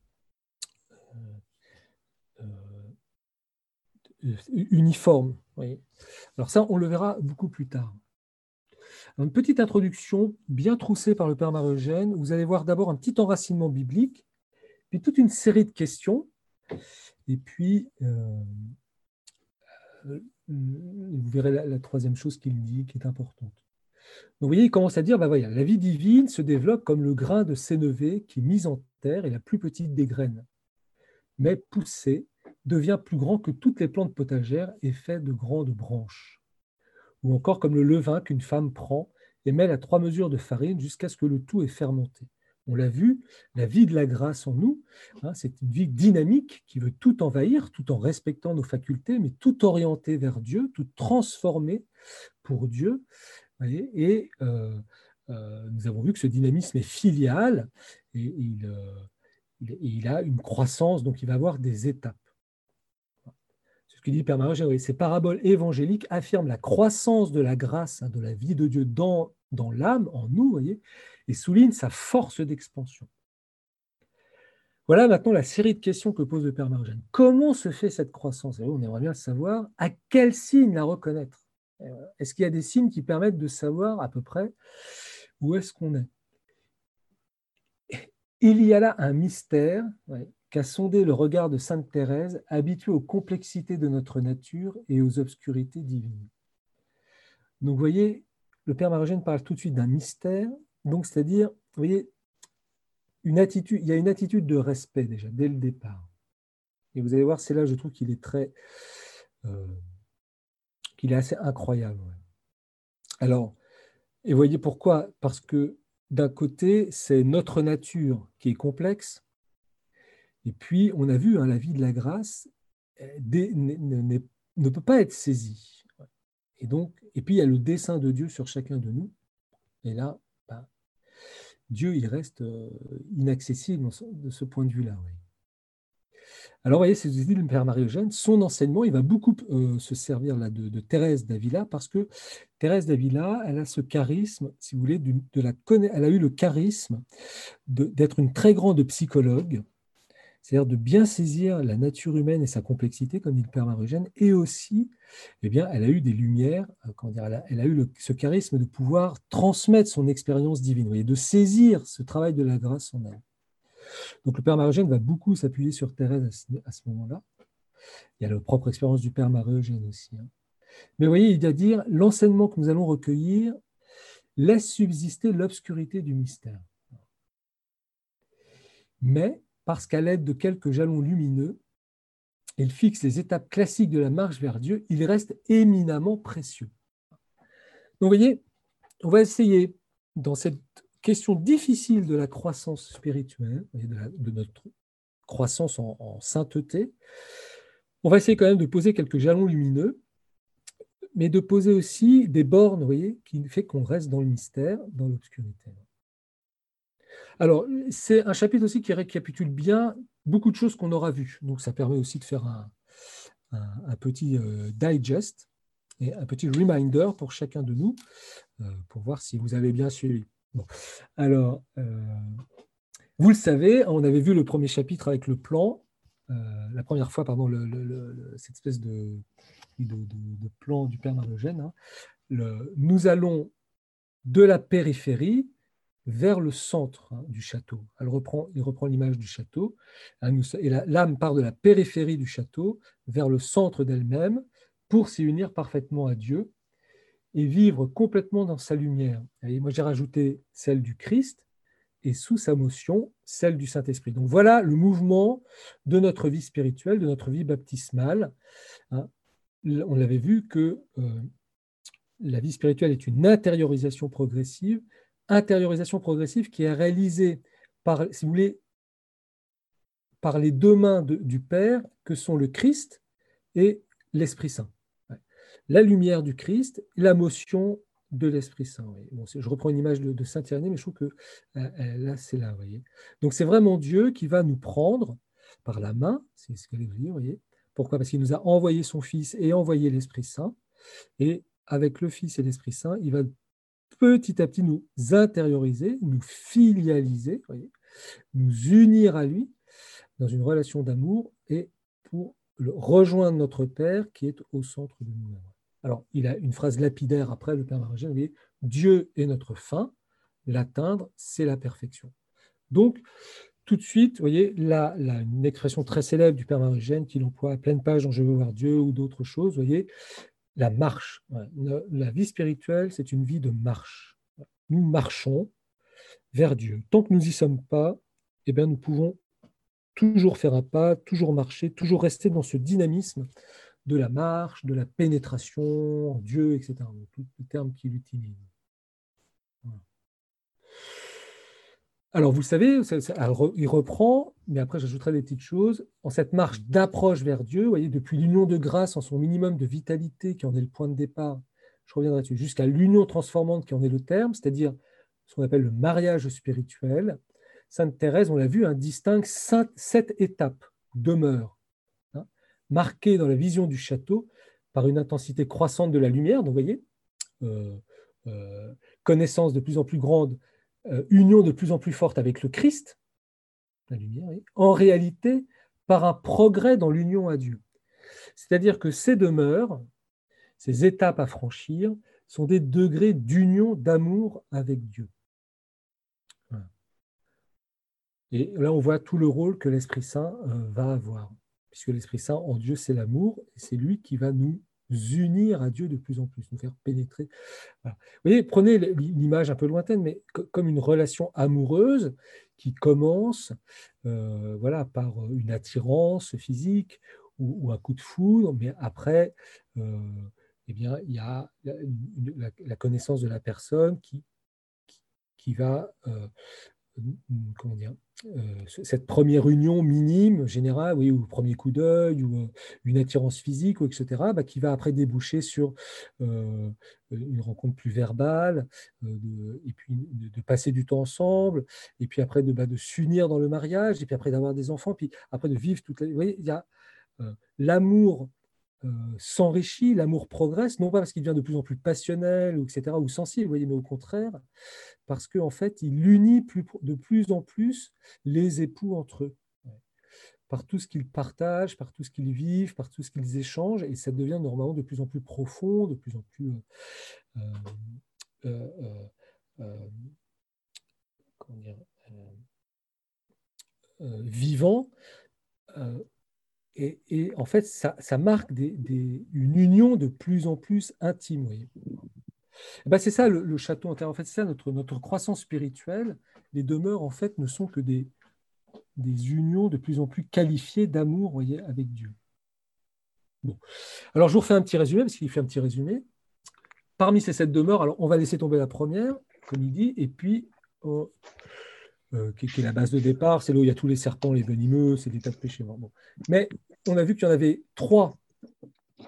euh, uniforme. Vous voyez. Alors ça, on le verra beaucoup plus tard. Alors, une petite introduction bien troussée par le Père Marie-Eugène. Vous allez voir d'abord un petit enracinement biblique, puis toute une série de questions, et puis euh, vous verrez la, la troisième chose qu'il dit, qui est importante. Donc, vous voyez, il commence à dire, bah, voilà, la vie divine se développe comme le grain de sénévé qui est mis en terre et la plus petite des graines, mais poussé, devient plus grand que toutes les plantes potagères et fait de grandes branches. Ou encore comme le levain qu'une femme prend et mêle à trois mesures de farine jusqu'à ce que le tout est fermenté. On l'a vu, la vie de la grâce en nous, hein, c'est une vie dynamique qui veut tout envahir, tout en respectant nos facultés, mais tout orienté vers Dieu, tout transformé pour Dieu. Voyez, et euh, euh, nous avons vu que ce dynamisme est filial et, et il, euh, il, et il a une croissance, donc il va avoir des étapes. C'est ce que dit Père Marie-Eugène. Ces paraboles évangéliques affirment la croissance de la grâce, hein, de la vie de Dieu dans, dans l'âme, en nous, voyez, et soulignent sa force d'expansion. Voilà maintenant la série de questions que pose le Père Marie-Eugène. Comment se fait cette croissance? Et on aimerait bien savoir à quel signe la reconnaître. Est-ce qu'il y a des signes qui permettent de savoir à peu près où est-ce qu'on est? Il y a là un mystère, ouais, qu'a sondé le regard de Sainte Thérèse, habituée aux complexités de notre nature et aux obscurités divines. Donc, vous voyez, le Père Marie-Eugène parle tout de suite d'un mystère, donc c'est-à-dire, vous voyez, une attitude, il y a une attitude de respect déjà, dès le départ. Et vous allez voir, c'est là, je trouve qu'il est très, euh, qu'il est assez incroyable. Ouais. Alors, et vous voyez pourquoi? Parce que d'un côté, c'est notre nature qui est complexe, et puis on a vu, hein, la vie de la grâce des, ne, ne peut pas être saisie. Et donc, et puis il y a le dessein de Dieu sur chacun de nous, et là, bah, Dieu, il reste euh, inaccessible de ce point de vue-là. Oui. Alors, vous voyez, c'est ce que dit le Père Marie-Eugène, son enseignement, il va beaucoup euh, se servir là, de, de Thérèse d'Avila, parce que Thérèse d'Avila, elle a ce charisme, si vous voulez, de la, elle a eu le charisme d'être une très grande psychologue, c'est-à-dire de bien saisir la nature humaine et sa complexité, comme dit le Père Marie-Eugène, et aussi, eh bien, elle a eu des lumières, comment dire, elle a, elle a eu le, ce charisme de pouvoir transmettre son expérience divine, vous voyez, de saisir ce travail de la grâce en elle. Donc le Père Marie-Eugène va beaucoup s'appuyer sur Thérèse à ce, à ce moment-là. Il y a la propre expérience du Père Marie-Eugène aussi. Hein. Mais vous voyez, il va dire, l'enseignement que nous allons recueillir laisse subsister l'obscurité du mystère. Mais, parce qu'à l'aide de quelques jalons lumineux, il fixe les étapes classiques de la marche vers Dieu, il reste éminemment précieux. Donc, vous voyez, on va essayer, dans cette question difficile de la croissance spirituelle, de, la, de notre croissance en, en sainteté, on va essayer quand même de poser quelques jalons lumineux, mais de poser aussi des bornes, vous voyez, qui fait qu'on reste dans le mystère, dans l'obscurité. Alors, c'est un chapitre aussi qui récapitule bien beaucoup de choses qu'on aura vues. Donc, ça permet aussi de faire un, un, un petit euh, digest et un petit reminder pour chacun de nous, euh, pour voir si vous avez bien suivi. Bon. Alors, euh, vous le savez, on avait vu le premier chapitre avec le plan, euh, la première fois, pardon, le, le, le, cette espèce de, de, de, de plan du Père Marogène. Hein. Le, nous allons de la périphérie vers le centre hein, du château. Elle reprend, il reprend l'image du château, hein, nous, et la, l'âme part de la périphérie du château vers le centre d'elle-même pour s'y unir parfaitement à Dieu et vivre complètement dans sa lumière. Et moi, j'ai rajouté celle du Christ et sous sa motion, celle du Saint-Esprit. Donc voilà le mouvement de notre vie spirituelle, de notre vie baptismale. Hein. On l'avait vu que euh, la vie spirituelle est une intériorisation progressive, intériorisation progressive qui est réalisée par, si vous voulez, par les deux mains de, du Père que sont le Christ et l'Esprit Saint. La lumière du Christ, la motion de l'Esprit Saint. Bon, je reprends une image de, de Saint Irénée, mais je trouve que euh, là, c'est là. Voyez. Donc, c'est vraiment Dieu qui va nous prendre par la main, c'est ce qu'elle veut dire, voyez. Pourquoi? Parce qu'il nous a envoyé son Fils et envoyé l'Esprit Saint. Et avec le Fils et l'Esprit Saint, il va petit à petit nous intérioriser, nous filialiser, voyez, nous unir à lui dans une relation d'amour et pour le rejoindre notre Père qui est au centre de nous-mêmes. Alors, il a une phrase lapidaire après, le Père Marogène, vous voyez, Dieu est notre fin, l'atteindre, c'est la perfection. Donc, tout de suite, vous voyez, là, là, une expression très célèbre du Père Marogène qu'il emploie à pleine page dans Je veux voir Dieu ou d'autres choses, vous voyez, la marche. La vie spirituelle, c'est une vie de marche. Nous marchons vers Dieu. Tant que nous n'y sommes pas, eh bien, nous pouvons toujours faire un pas, toujours marcher, toujours rester dans ce dynamisme de la marche, de la pénétration en Dieu, et cetera. Tous les termes qu'il utilise. Voilà. Alors, vous savez, ça, ça, alors, il reprend, mais après, j'ajouterai des petites choses. En cette marche d'approche vers Dieu, vous voyez, depuis l'union de grâce en son minimum de vitalité, qui en est le point de départ, je reviendrai dessus, jusqu'à l'union transformante, qui en est le terme, c'est-à-dire ce qu'on appelle le mariage spirituel. Sainte Thérèse, on l'a vu, hein, distingue sept étapes, demeures, hein, marquées dans la vision du château par une intensité croissante de la lumière. Donc, vous voyez, euh, euh, connaissance de plus en plus grande, euh, union de plus en plus forte avec le Christ, la lumière, oui, en réalité, par un progrès dans l'union à Dieu. C'est-à-dire que ces demeures, ces étapes à franchir, sont des degrés d'union, d'amour avec Dieu. Voilà. Et là, on voit tout le rôle que l'Esprit Saint euh, va avoir, puisque l'Esprit Saint, en Dieu, c'est l'amour, et c'est lui qui va nous unir à Dieu de plus en plus, nous faire pénétrer. Voilà. Vous voyez, prenez l'image un peu lointaine, mais comme une relation amoureuse qui commence euh, voilà, par une attirance physique ou, ou un coup de foudre, mais après, euh, eh bien, il y a la, la, la connaissance de la personne qui, qui, qui va... Euh, comment dire, euh, cette première union minime, générale, oui, ou le premier coup d'œil, ou euh, une attirance physique, ou et cetera, bah, qui va après déboucher sur euh, une rencontre plus verbale, euh, de, et puis de, de passer du temps ensemble, et puis après de, bah, de s'unir dans le mariage, et puis après d'avoir des enfants, puis après de vivre toute la... Vous voyez, il y a euh, l'amour euh, s'enrichit, l'amour progresse, non pas parce qu'il devient de plus en plus passionnel, ou et cetera, ou sensible, vous voyez, mais au contraire, parce qu'en fait, il unit plus, de plus en plus les époux entre eux, par tout ce qu'ils partagent, par tout ce qu'ils vivent, par tout ce qu'ils échangent, et ça devient normalement de plus en plus profond, de plus en plus euh, euh, euh, euh, comment dire, euh, euh, vivant. Euh, et, et, en fait, ça, ça marque des, des, une union de plus en plus intime. Vous voyez. Et ben c'est ça le, le château intérieur. En fait, c'est ça notre, notre croissance spirituelle. Les demeures, en fait, ne sont que des, des unions de plus en plus qualifiées d'amour, voyez, avec Dieu. Bon. Alors, je vous refais un petit résumé, parce qu'il fait un petit résumé. Parmi ces sept demeures, alors on va laisser tomber la première, comme il dit, et puis, oh, euh, qui, qui est la base de départ, c'est là où il y a tous les serpents, les venimeux, c'est l'état de péché. Bon. Mais on a vu qu'il y en avait trois,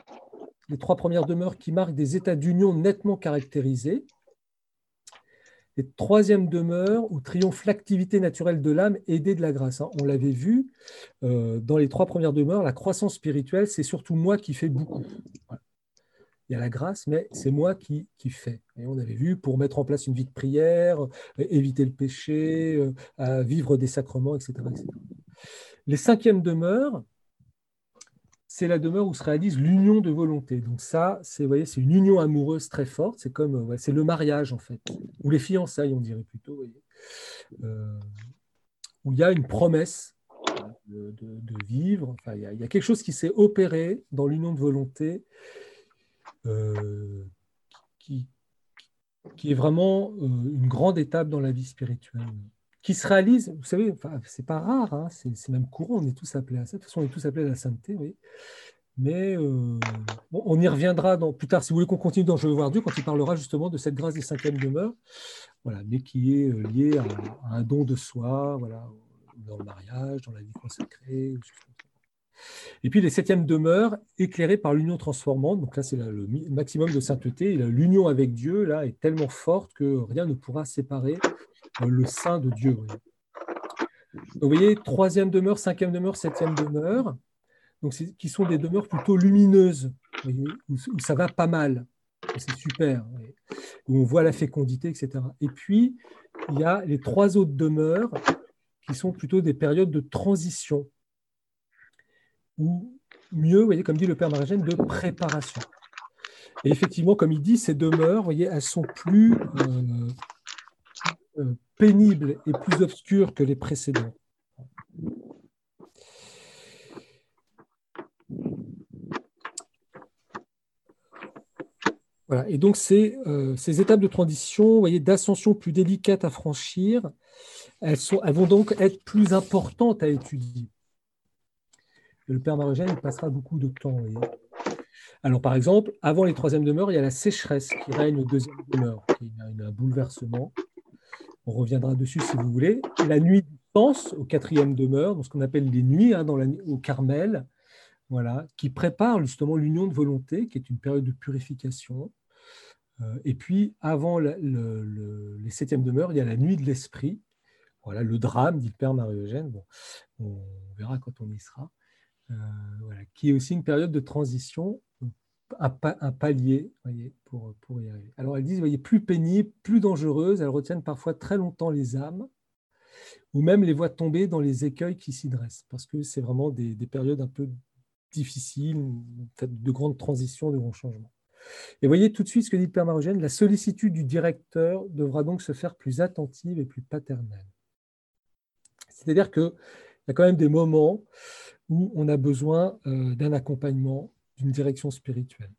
les trois premières demeures qui marquent des états d'union nettement caractérisés. Et troisième demeure, où triomphe l'activité naturelle de l'âme aidée de la grâce. Hein. On l'avait vu, euh, dans les trois premières demeures, la croissance spirituelle, c'est surtout moi qui fais beaucoup. Voilà. Il y a la grâce, mais c'est moi qui, qui fais. Et on avait vu, pour mettre en place une vie de prière, euh, éviter le péché, euh, à vivre des sacrements, et cetera, et cetera. Les cinquièmes demeures, c'est la demeure où se réalise l'union de volonté. Donc ça, c'est, vous voyez, c'est une union amoureuse très forte. C'est comme, ouais, c'est le mariage en fait, ou les fiançailles, on dirait plutôt, vous voyez, euh, où il y a une promesse de, de, de vivre. Enfin, il y, a, il y a quelque chose qui s'est opéré dans l'union de volonté, euh, qui, qui est vraiment euh, une grande étape dans la vie spirituelle, qui se réalise. Vous savez, enfin, c'est pas rare, hein, c'est, c'est même courant. On est tous appelés à ça. De toute façon, on est tous appelés à la sainteté, oui. Mais euh, bon, on y reviendra dans, plus tard, si vous voulez qu'on continue dans Je veux voir Dieu, quand il parlera justement de cette grâce des cinquièmes demeures, voilà, mais qui est euh, liée à, à un don de soi, voilà, dans le mariage, dans la vie consacrée. Et puis les septièmes demeures, éclairées par l'union transformante, donc là c'est le maximum de sainteté, l'union avec Dieu là est tellement forte que rien ne pourra séparer euh, le sein de Dieu. Donc vous voyez, troisième demeure, cinquième demeure, septième demeure, donc qui sont des demeures plutôt lumineuses, vous voyez, où, où ça va pas mal, c'est super, où on voit la fécondité, et cetera. Et puis, il y a les trois autres demeures qui sont plutôt des périodes de transition, ou mieux, vous voyez, comme dit le Père Maragène, de préparation. Et effectivement, comme il dit, ces demeures, vous voyez, elles sont plus euh, euh, pénibles et plus obscures que les précédentes. Voilà. Et donc, ces, euh, ces étapes de transition, vous voyez, d'ascension plus délicates à franchir, elles, sont, elles vont donc être plus importantes à étudier. Et le Père Marogène, il passera beaucoup de temps. Vous voyez. Alors, par exemple, avant les troisièmes demeures, il y a la sécheresse qui règne aux deuxième demeure, qui est un bouleversement. On reviendra dessus si vous voulez. La nuit du sens, au quatrième demeure, dans ce qu'on appelle les nuits hein, dans la, au Carmel, voilà, qui prépare justement l'union de volonté, qui est une période de purification. Euh, et puis, avant le, le, le, les septièmes demeures, il y a la nuit de l'esprit. Voilà, le drame, dit le Père Marie-Eugène. Bon, on verra quand on y sera. Euh, voilà, qui est aussi une période de transition, un, pa un palier, voyez, pour, pour y arriver. Alors elles disent, voyez, plus pénibles, plus dangereuses, elles retiennent parfois très longtemps les âmes, ou même les voient tomber dans les écueils qui s'y dressent, parce que c'est vraiment des, des périodes un peu difficiles, de grandes transitions, de grands changements. Et voyez tout de suite ce que dit le Père Marogène, la sollicitude du directeur devra donc se faire plus attentive et plus paternelle. C'est-à-dire qu'il y a quand même des moments où on a besoin euh, d'un accompagnement, d'une direction spirituelle.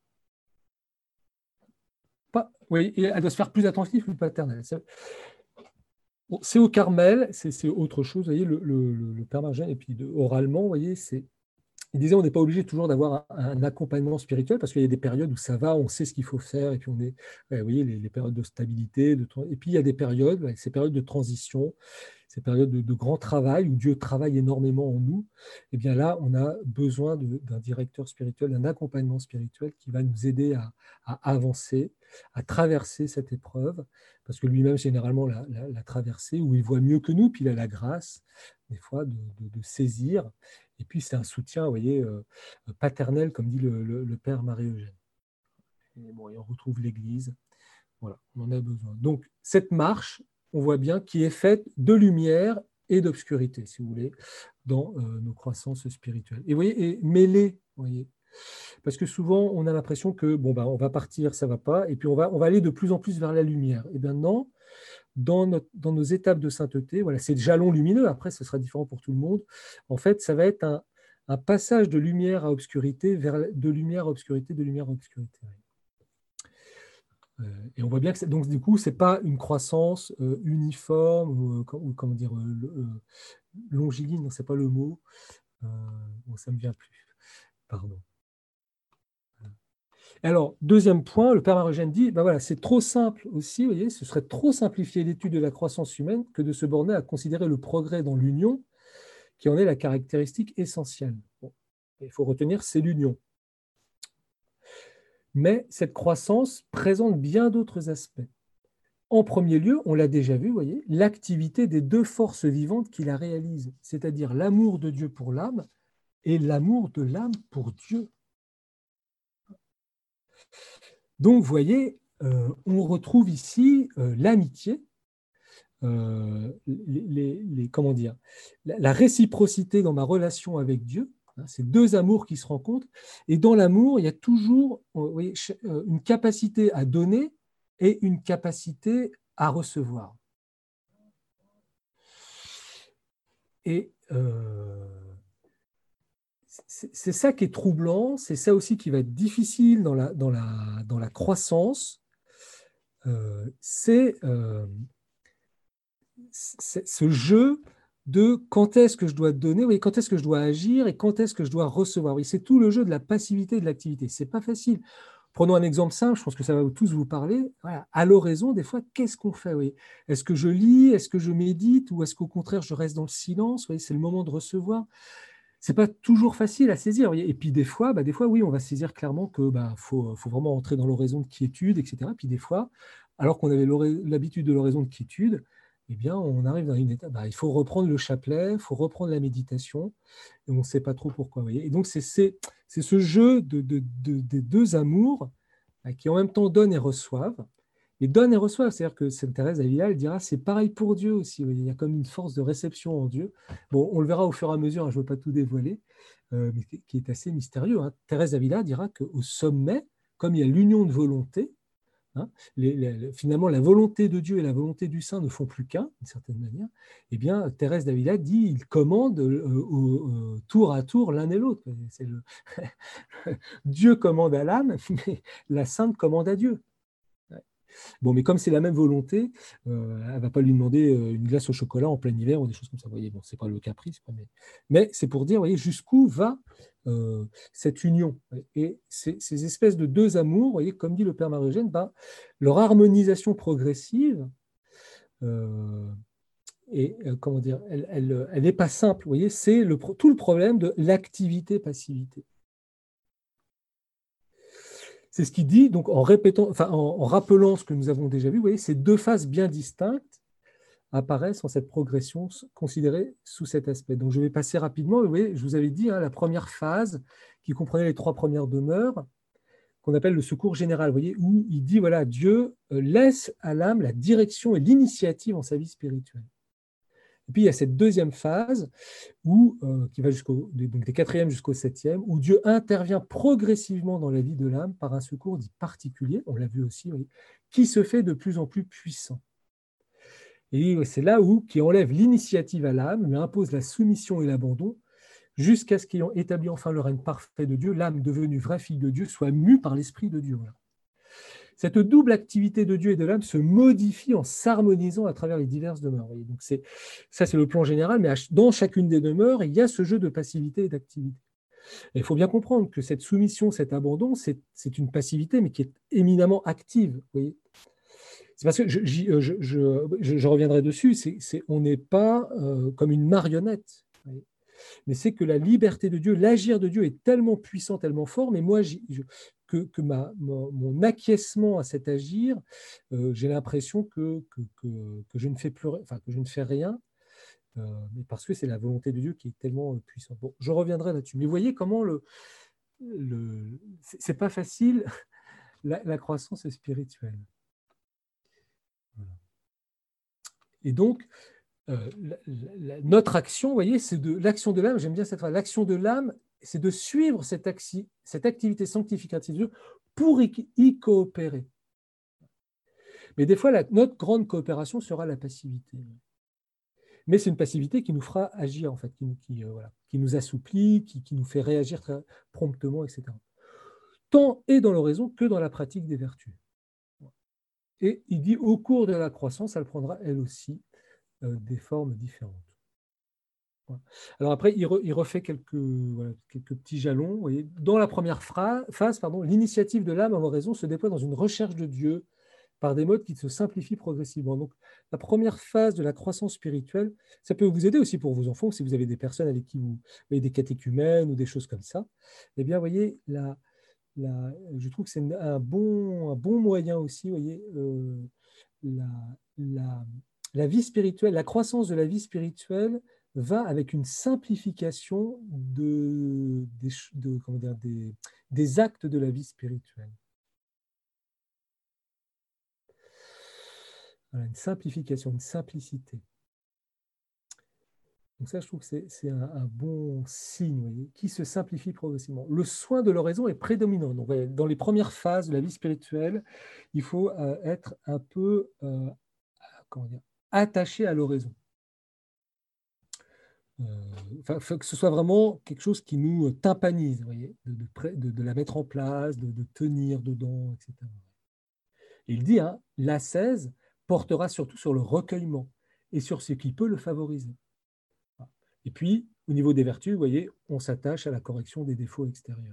Pas, oui, et elle doit se faire plus attentive, plus paternelle. C'est bon, au Carmel, c'est autre chose. Vous voyez, le, le, le Père Marogène, et puis de, oralement, vous voyez, c'est il disait on n'est pas obligé toujours d'avoir un, un accompagnement spirituel parce qu'il y a des périodes où ça va, on sait ce qu'il faut faire, et puis on est, ouais, vous voyez, les, les périodes de stabilité, de, et puis il y a des périodes, ouais, ces périodes de transition, ces périodes de, de grand travail où Dieu travaille énormément en nous. Et bien là, on a besoin d'un directeur spirituel, d'un accompagnement spirituel qui va nous aider à, à avancer, à traverser cette épreuve, parce que lui-même, généralement, l'a, l'a, l'a traversée, où il voit mieux que nous, puis il a la grâce, des fois, de, de, de saisir. Et puis, c'est un soutien, vous voyez, euh, paternel, comme dit le, le, le Père Marie-Eugène. Et, bon, et on retrouve l'Église. Voilà, on en a besoin. Donc, cette marche, on voit bien, qui est faite de lumière et d'obscurité, si vous voulez, dans euh, nos croissances spirituelles. Et vous voyez, et mêlées, vous voyez. Parce que souvent, on a l'impression que, bon, ben, on va partir, ça ne va pas, et puis on va, on va aller de plus en plus vers la lumière. Et bien non, dans, notre, dans nos étapes de sainteté, voilà, c'est le jalon lumineux, après, ce sera différent pour tout le monde. En fait, ça va être un, un passage de lumière à obscurité vers de lumière à obscurité, de lumière à obscurité. Et on voit bien que donc du coup, c'est pas une croissance euh, uniforme ou, ou comment dire euh, longiligne, non, c'est pas le mot. Euh, bon, ça me vient plus. Pardon. Alors, deuxième point, le Père Marogène dit, ben voilà, c'est trop simple aussi, vous voyez, ce serait trop simplifier l'étude de la croissance humaine que de se borner à considérer le progrès dans l'union, qui en est la caractéristique essentielle. Bon, il faut retenir, c'est l'union. Mais cette croissance présente bien d'autres aspects. en premier lieu, on l'a déjà vu, vous voyez, l'activité des deux forces vivantes qui la réalisent, c'est-à-dire l'amour de Dieu pour l'âme et l'amour de l'âme pour Dieu. Donc, vous voyez, euh, on retrouve ici euh, l'amitié, euh, les, les, les, comment dire, la, la réciprocité dans ma relation avec Dieu, hein, c'est deux amours qui se rencontrent, et dans l'amour, il y a toujours, vous voyez, une capacité à donner et une capacité à recevoir. Et euh, c'est ça qui est troublant, c'est ça aussi qui va être difficile dans la, dans la, dans la croissance, euh, c'est euh, ce jeu de quand est-ce que je dois donner, oui, quand est-ce que je dois agir et quand est-ce que je dois recevoir. Oui, c'est tout le jeu de la passivité et de l'activité. C'est pas facile. Prenons un exemple simple, je pense que ça va tous vous parler. Voilà. À l'oraison, des fois, qu'est-ce qu'on fait, oui. Est-ce que je lis, est-ce que je médite ou est-ce qu'au contraire, je reste dans le silence, oui, c'est le moment de recevoir. C'est pas toujours facile à saisir. Et puis des fois, bah, des fois, oui, on va saisir clairement que bah, faut, faut vraiment entrer dans l'oraison de quiétude, et cetera. Puis des fois, alors qu'on avait l'habitude de l'oraison de quiétude, eh bien, on arrive dans une étape, bah, il faut reprendre le chapelet, il faut reprendre la méditation, et on ne sait pas trop pourquoi. Vous voyez. Et donc, c'est ce jeu de, de, de, des deux amours bah, qui en même temps donnent et reçoivent. Et donne et reçoit, c'est-à-dire que Sainte Thérèse d'Avila, elle dira, c'est pareil pour Dieu aussi. Il y a comme une force de réception en Dieu. Bon, on le verra au fur et à mesure, hein, je ne veux pas tout dévoiler, euh, mais qui est assez mystérieux. Hein. Thérèse d'Avila dira qu'au sommet, comme il y a l'union de volonté, hein, les, les, finalement la volonté de Dieu et la volonté du Saint ne font plus qu'un, d'une certaine manière, eh bien, Thérèse d'Avila dit, ils commandent euh, euh, tour à tour l'un et l'autre. Dieu commande à l'âme, mais la Sainte commande à Dieu. Bon, mais comme c'est la même volonté, euh, elle ne va pas lui demander euh, une glace au chocolat en plein hiver ou des choses comme ça. Vous voyez, bon, ce n'est pas le caprice, mais, mais c'est pour dire, vous voyez, jusqu'où va euh, cette union. Et ces, ces espèces de deux amours, vous voyez, comme dit le Père Marie-Eugène, ben, leur harmonisation progressive, euh, et euh, comment dire, elle n'est elle, elle pas simple. Vous voyez, c'est le, tout le problème de l'activité-passivité. C'est ce qu'il dit, donc en répétant, enfin en, en rappelant ce que nous avons déjà vu, vous voyez, ces deux phases bien distinctes apparaissent en cette progression considérée sous cet aspect. Donc je vais passer rapidement. Vous voyez, je vous avais dit, hein, la première phase qui comprenait les trois premières demeures, qu'on appelle le secours général, vous voyez, où il dit, voilà, Dieu laisse à l'âme la direction et l'initiative en sa vie spirituelle. Et puis il y a cette deuxième phase où, euh, qui va jusqu'au donc des quatrièmes jusqu'au septième, où Dieu intervient progressivement dans la vie de l'âme par un secours dit particulier, on l'a vu aussi, oui, qui se fait de plus en plus puissant. Et c'est là où, qui enlève l'initiative à l'âme, lui impose la soumission et l'abandon, jusqu'à ce qu'ayant établi enfin le règne parfait de Dieu, l'âme devenue vraie fille de Dieu soit mue par l'Esprit de Dieu. Voilà. Cette double activité de Dieu et de l'âme se modifie en s'harmonisant à travers les diverses demeures. Donc c'est, ça, c'est le plan général, mais dans chacune des demeures, il y a ce jeu de passivité et d'activité. Il faut bien comprendre que cette soumission, cet abandon, c'est, c'est une passivité, mais qui est éminemment active. Vous voyez, c'est parce que je, je, je, je, je reviendrai dessus, c'est, c'est, on n'est pas euh, comme une marionnette. Vous voyez, mais c'est que la liberté de Dieu, l'agir de Dieu est tellement puissant, tellement fort, mais moi, je, que, que ma, mon, mon acquiescement à cet agir, euh, j'ai l'impression que, que, que, que je ne fais plus, enfin, que je ne fais rien, euh, mais parce que c'est la volonté de Dieu qui est tellement euh, puissante. Bon, je reviendrai là-dessus. Mais vous voyez comment le, le c'est pas facile la, la croissance spirituelle. Voilà. Et donc, Euh, la, la, notre action, vous voyez, c'est de l'action de l'âme, j'aime bien cette phrase, l'action de l'âme, c'est de suivre cette, axi, cette activité sanctificative de Dieu pour y, y coopérer. Mais des fois, la, notre grande coopération sera la passivité. Mais c'est une passivité qui nous fera agir, en fait, qui, qui, euh, voilà, qui nous assouplit, qui, qui nous fait réagir très promptement, et cetera. Tant et dans l'oraison que dans la pratique des vertus. Et il dit, au cours de la croissance, elle prendra elle aussi euh, des formes différentes. Alors après, il, re, il refait quelques, voilà, quelques petits jalons. Vous voyez. Dans la première phrase, phase, pardon, l'initiative de l'âme en raison se déploie dans une recherche de Dieu par des modes qui se simplifient progressivement. Donc, la première phase de la croissance spirituelle, ça peut vous aider aussi pour vos enfants, si vous avez des personnes avec qui vous avez des catéchumènes ou des choses comme ça. Eh bien, vous voyez, la, la, je trouve que c'est un bon, un bon moyen aussi, vous voyez, euh, la, la, la vie spirituelle, la croissance de la vie spirituelle va avec une simplification de, des, de, comment dire, des, des actes de la vie spirituelle. Voilà, une simplification, une simplicité. Donc ça, je trouve que c'est un, un bon signe, vous voyez, qui se simplifie progressivement. Le soin de l'oraison est prédominant. Donc, voyez, dans les premières phases de la vie spirituelle, il faut euh, être un peu euh, comment dire, attaché à l'oraison. Euh, enfin, que ce soit vraiment quelque chose qui nous tympanise, vous voyez, de, de, de, de la mettre en place, de, de tenir dedans, et cetera. Et il dit, hein, l'ascèse portera surtout sur le recueillement et sur ce qui peut le favoriser. Et puis, au niveau des vertus, vous voyez, on s'attache à la correction des défauts extérieurs.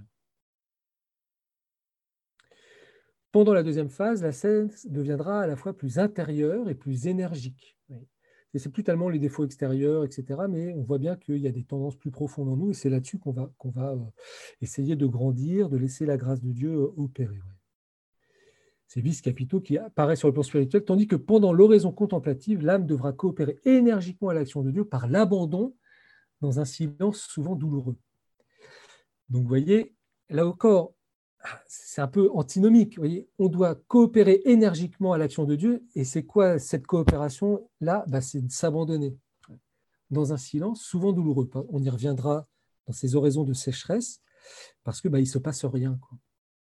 Pendant la deuxième phase, l'ascèse deviendra à la fois plus intérieure et plus énergique. Ce n'est plus tellement les défauts extérieurs, et cetera, mais on voit bien qu'il y a des tendances plus profondes en nous, et c'est là-dessus qu'on va, qu'on va essayer de grandir, de laisser la grâce de Dieu opérer. Ouais. Ces vices capitaux qui apparaissent sur le plan spirituel, tandis que pendant l'oraison contemplative, l'âme devra coopérer énergiquement à l'action de Dieu par l'abandon dans un silence souvent douloureux. Donc, vous voyez, là encore, c'est un peu antinomique. Vous voyez, on doit coopérer énergiquement à l'action de Dieu. Et c'est quoi cette coopération-là? Bah, c'est de s'abandonner dans un silence souvent douloureux. On y reviendra dans ces oraisons de sécheresse parce qu'il bah, ne se passe rien, quoi.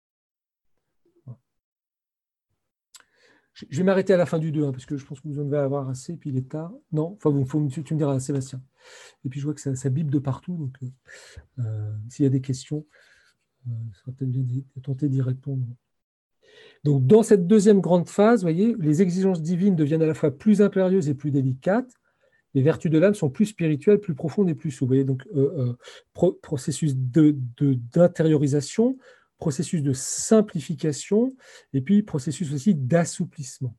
Je vais m'arrêter à la fin du deux, hein, parce que je pense que vous en devez avoir assez, puis il est tard. Non, enfin, bon, faut, tu, tu me diras, Sébastien. Et puis je vois que ça, ça bipe de partout, donc euh, s'il y a des questions, euh, ce sera peut-être bien de tenter d'y répondre. Donc, dans cette deuxième grande phase, vous voyez, les exigences divines deviennent à la fois plus impérieuses et plus délicates. Les vertus de l'âme sont plus spirituelles, plus profondes et plus souples. Vous voyez, donc, euh, euh, pro processus d'intériorisation, de, de, processus de simplification, et puis processus aussi d'assouplissement.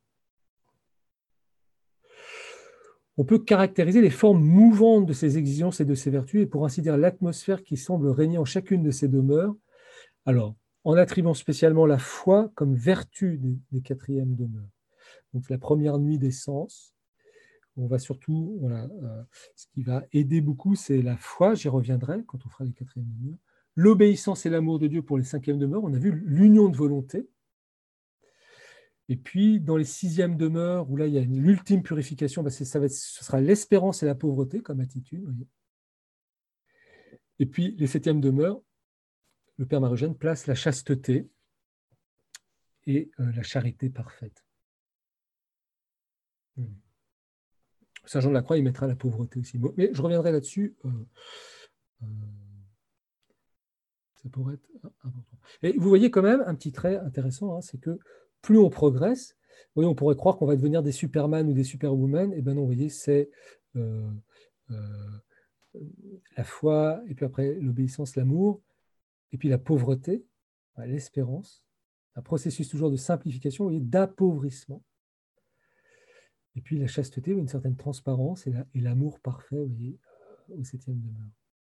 On peut caractériser les formes mouvantes de ces exigences et de ces vertus, et pour ainsi dire l'atmosphère qui semble régner en chacune de ces demeures. Alors, en attribuant spécialement la foi comme vertu des, des quatrièmes demeures. Donc, la première nuit des sens, on va surtout, voilà, euh, ce qui va aider beaucoup, c'est la foi, j'y reviendrai quand on fera les quatrièmes demeures. L'obéissance et l'amour de Dieu pour les cinquièmes demeures, on a vu l'union de volonté. Et puis, dans les sixièmes demeures, où là, il y a l'ultime purification, bah, ça va être, ce sera l'espérance et la pauvreté comme attitude. Voyez. Et puis, les septièmes demeures, le Père Marugène place la chasteté et euh, la charité parfaite. Saint Jean de la Croix, il mettra la pauvreté aussi. Bon, mais je reviendrai là-dessus. Euh, euh, ça pourrait être important. Et vous voyez quand même un petit trait intéressant, hein, c'est que plus on progresse, vous voyez, on pourrait croire qu'on va devenir des Superman ou des Superwoman. Et bien non, vous voyez, c'est euh, euh, la foi, et puis après l'obéissance, l'amour, et puis la pauvreté, l'espérance, un processus toujours de simplification, vous voyez, d'appauvrissement. Et puis la chasteté, une certaine transparence et l'amour parfait, vous voyez, au septième demeure.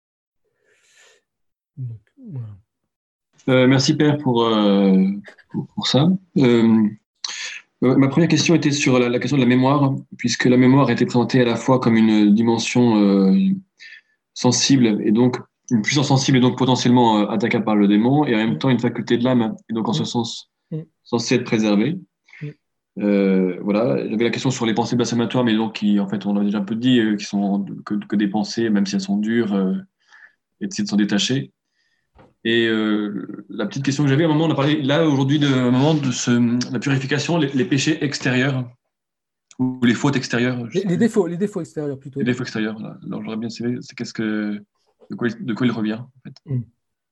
Donc, voilà. euh, merci Père pour, euh, pour, pour ça. Euh, euh, ma première question était sur la, la question de la mémoire, puisque la mémoire était présentée à la fois comme une dimension euh, sensible et donc une puissance sensible et donc potentiellement euh, attaquable par le démon, et en même temps une faculté de l'âme, et donc en ce sens censée être préservée. Euh, voilà, j'avais la question sur les pensées blasphématoires, mais donc qui, en fait, on a déjà un peu dit, euh, qui sont que, que des pensées, même si elles sont dures, euh, et d'essayer de s'en détacher. Et euh, la petite question que j'avais, à un moment, on a parlé là aujourd'hui de un moment de ce, la purification, les, les péchés extérieurs ou les fautes extérieures. Les, les défauts, les défauts extérieurs plutôt. Les défauts extérieurs. Là. Alors j'aurais bien savoir, c'est qu'est-ce que de quoi, de quoi il revient en fait. Mmh.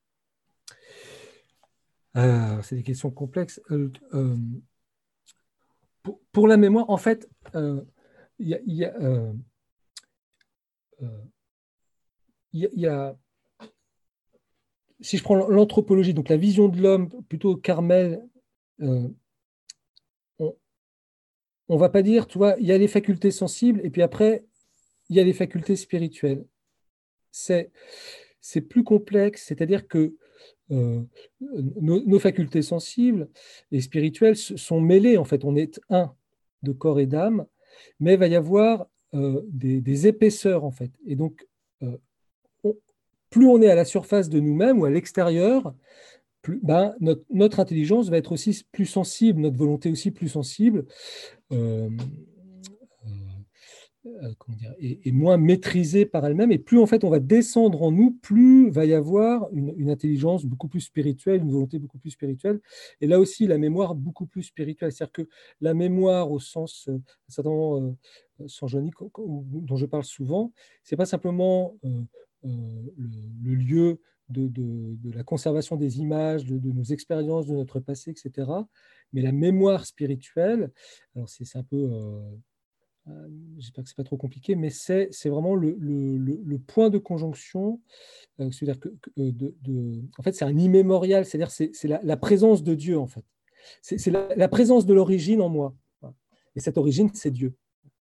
Euh, c'est des questions complexes. Euh, euh, pour, pour la mémoire, en fait, euh, il y, y, euh, euh, y, y a, si je prends l'anthropologie, donc la vision de l'homme plutôt Carmel, euh, on ne va pas dire, tu vois, il y a les facultés sensibles et puis après, il y a les facultés spirituelles. C'est plus complexe, c'est-à-dire que euh, nos, nos facultés sensibles et spirituelles sont mêlées, en fait, on est un. de corps et d'âme, mais il va y avoir euh, des, des épaisseurs, en fait. Et donc, euh, on, plus on est à la surface de nous-mêmes ou à l'extérieur, plus, ben, notre, notre intelligence va être aussi plus sensible, notre volonté aussi plus sensible. Euh, euh, comment dire, et, et moins maîtrisée par elle-même. Et plus en fait on va descendre en nous, plus va y avoir une, une intelligence beaucoup plus spirituelle, une volonté beaucoup plus spirituelle. Et là aussi, la mémoire beaucoup plus spirituelle. C'est-à-dire que la mémoire, au sens euh, certainement euh, sans Johnny, dont je parle souvent, c'est pas simplement euh, euh, le, le lieu de, de, de, la conservation des images, de, de, nos expériences, de notre passé, et cetera. Mais la mémoire spirituelle, alors c'est un peu euh, euh, j'espère que ce n'est pas trop compliqué, mais c'est vraiment le, le, le, le point de conjonction. Euh, c'est-à-dire que, que de, de, en fait, c'est un immémorial, c'est-à-dire c'est c'est la, la présence de Dieu, en fait. C'est la, la présence de l'origine en moi. Et cette origine, c'est Dieu.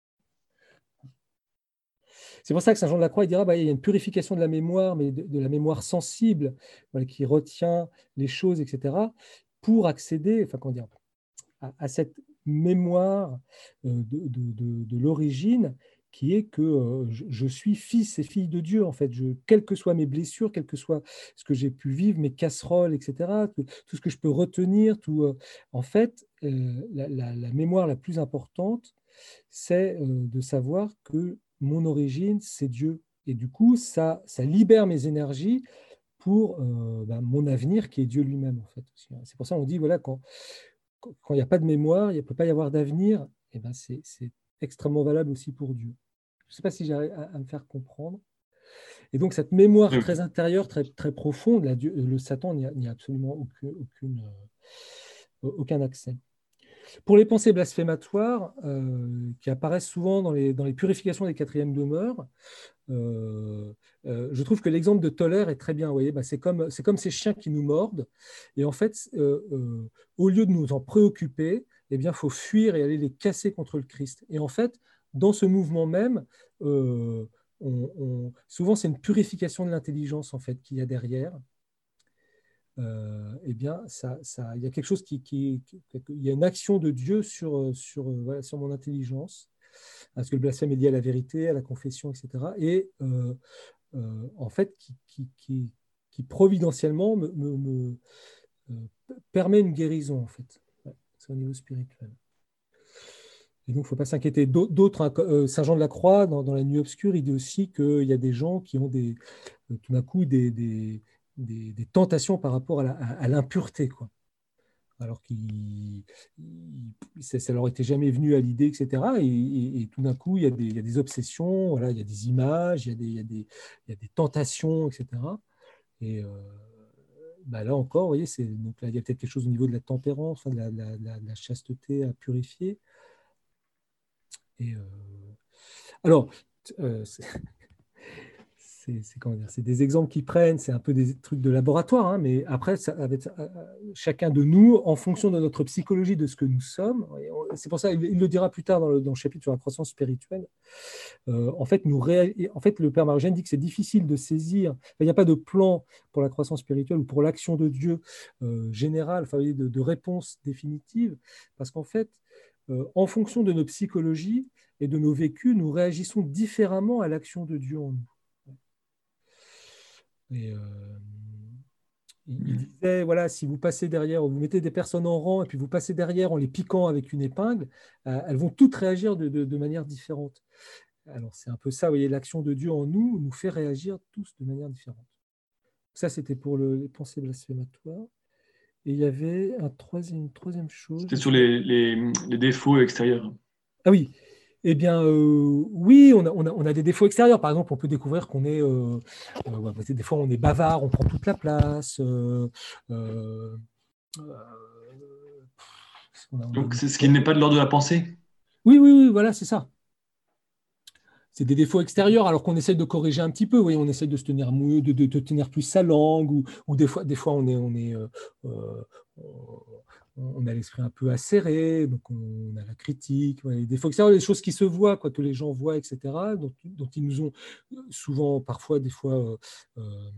C'est pour ça que Saint Jean de la Croix il dira bah, il y a une purification de la mémoire, mais de, de la mémoire sensible, voilà, qui retient les choses, et cetera, pour accéder, enfin, comment dire, à, à cette mémoire euh, de, de, de, de l'origine, qui est que euh, je, je suis fils et fille de Dieu, en fait. Je, quelles que soient mes blessures, quel que soit ce que j'ai pu vivre, mes casseroles, et cetera, tout, tout ce que je peux retenir, tout, euh, en fait, euh, la, la, la mémoire la plus importante, c'est euh, de savoir que mon origine, c'est Dieu. Et du coup, ça, ça libère mes énergies pour euh, ben, mon avenir, qui est Dieu lui-même, en fait. C'est pour ça qu'on dit, voilà, quand, quand il n'y a pas de mémoire, il ne peut pas y avoir d'avenir, et ben c'est extrêmement valable aussi pour Dieu. Je ne sais pas si j'arrive à, à me faire comprendre. Et donc, cette mémoire très intérieure, très, très profonde, là, Dieu, le Satan n'y a, a, absolument aucune, aucune, euh, aucun accès. Pour les pensées blasphématoires, euh, qui apparaissent souvent dans les, dans les purifications des quatrièmes demeures, euh, euh, je trouve que l'exemple de Tolère est très bien. Vous voyez, bah, c'est comme, c'est comme ces chiens qui nous mordent. Et en fait, euh, euh, au lieu de nous en préoccuper, eh bien, faut fuir et aller les casser contre le Christ. Et en fait, dans ce mouvement même, euh, on, on, souvent c'est une purification de l'intelligence en fait qu'il y a derrière. Euh, eh bien, ça, ça, il y a quelque chose qui, qui, qui, il y a une action de Dieu sur, sur, voilà, sur mon intelligence, parce que le blasphème est lié à la vérité, à la confession, et cetera. Et euh, euh, en fait, qui, qui, qui, qui providentiellement me, me, me euh, permet une guérison, en fait. Ouais, c'est au niveau spirituel. Et donc, il ne faut pas s'inquiéter. D'autres, hein, euh, Saint Jean de la Croix, dans, dans La Nuit obscure, il dit aussi qu'il y a des gens qui ont des, euh, tout d'un coup des, des, des, des tentations par rapport à l'impureté, quoi. Alors que ça, ça leur était jamais venu à l'idée, et cetera. Et, et, et tout d'un coup, il y, a des, il y a des obsessions, voilà, il y a des images, il y a des, il y a des, il y a des tentations, et cetera. Et euh, bah là encore, vous voyez, donc là, il y a peut-être quelque chose au niveau de la tempérance, enfin, de, la, de, la, de la chasteté à purifier. Et euh, alors, euh, c'est des exemples qui prennent, c'est un peu des trucs de laboratoire, hein, mais après, ça, avec, euh, chacun de nous, en fonction de notre psychologie, de ce que nous sommes, c'est pour ça, il, il le dira plus tard dans le, dans le chapitre sur la croissance spirituelle, euh, en, fait, nous ré... en fait, le Père Marogène dit que c'est difficile de saisir, il n'y a pas de plan pour la croissance spirituelle ou pour l'action de Dieu euh, générale, enfin, de, de réponse définitive, parce qu'en fait, euh, en fonction de nos psychologies et de nos vécus, nous réagissons différemment à l'action de Dieu en nous. Et euh, il, il disait, voilà, si vous passez derrière, vous mettez des personnes en rang et puis vous passez derrière en les piquant avec une épingle, euh, elles vont toutes réagir de, de, de manière différente. Alors c'est un peu ça, vous voyez, l'action de Dieu en nous nous fait réagir tous de manière différente. Ça, c'était pour le, les pensées blasphématoires. Et il y avait un troisième, une troisième chose. C'était sur les, les, les défauts extérieurs. Ah oui, eh bien, euh, oui, on a, on, a, on a des défauts extérieurs. Par exemple, on peut découvrir qu'on est, euh, euh, des fois, on est bavard, on prend toute la place. Euh, euh, a, Donc, c'est ce qui n'est pas de l'ordre de la pensée. Oui, oui, oui, voilà, c'est ça. C'est des défauts extérieurs, alors qu'on essaye de corriger un petit peu. Oui, on essaye de se tenir mieux, de, de, de tenir plus sa langue, ou, ou des fois, des fois, on est, on est, euh, euh, on a l'esprit un peu acéré, donc on a la critique, ouais, les défauts extérieurs, les choses qui se voient, quoi, que les gens voient, et cetera, dont, dont ils nous ont souvent, parfois, des fois, euh, euh,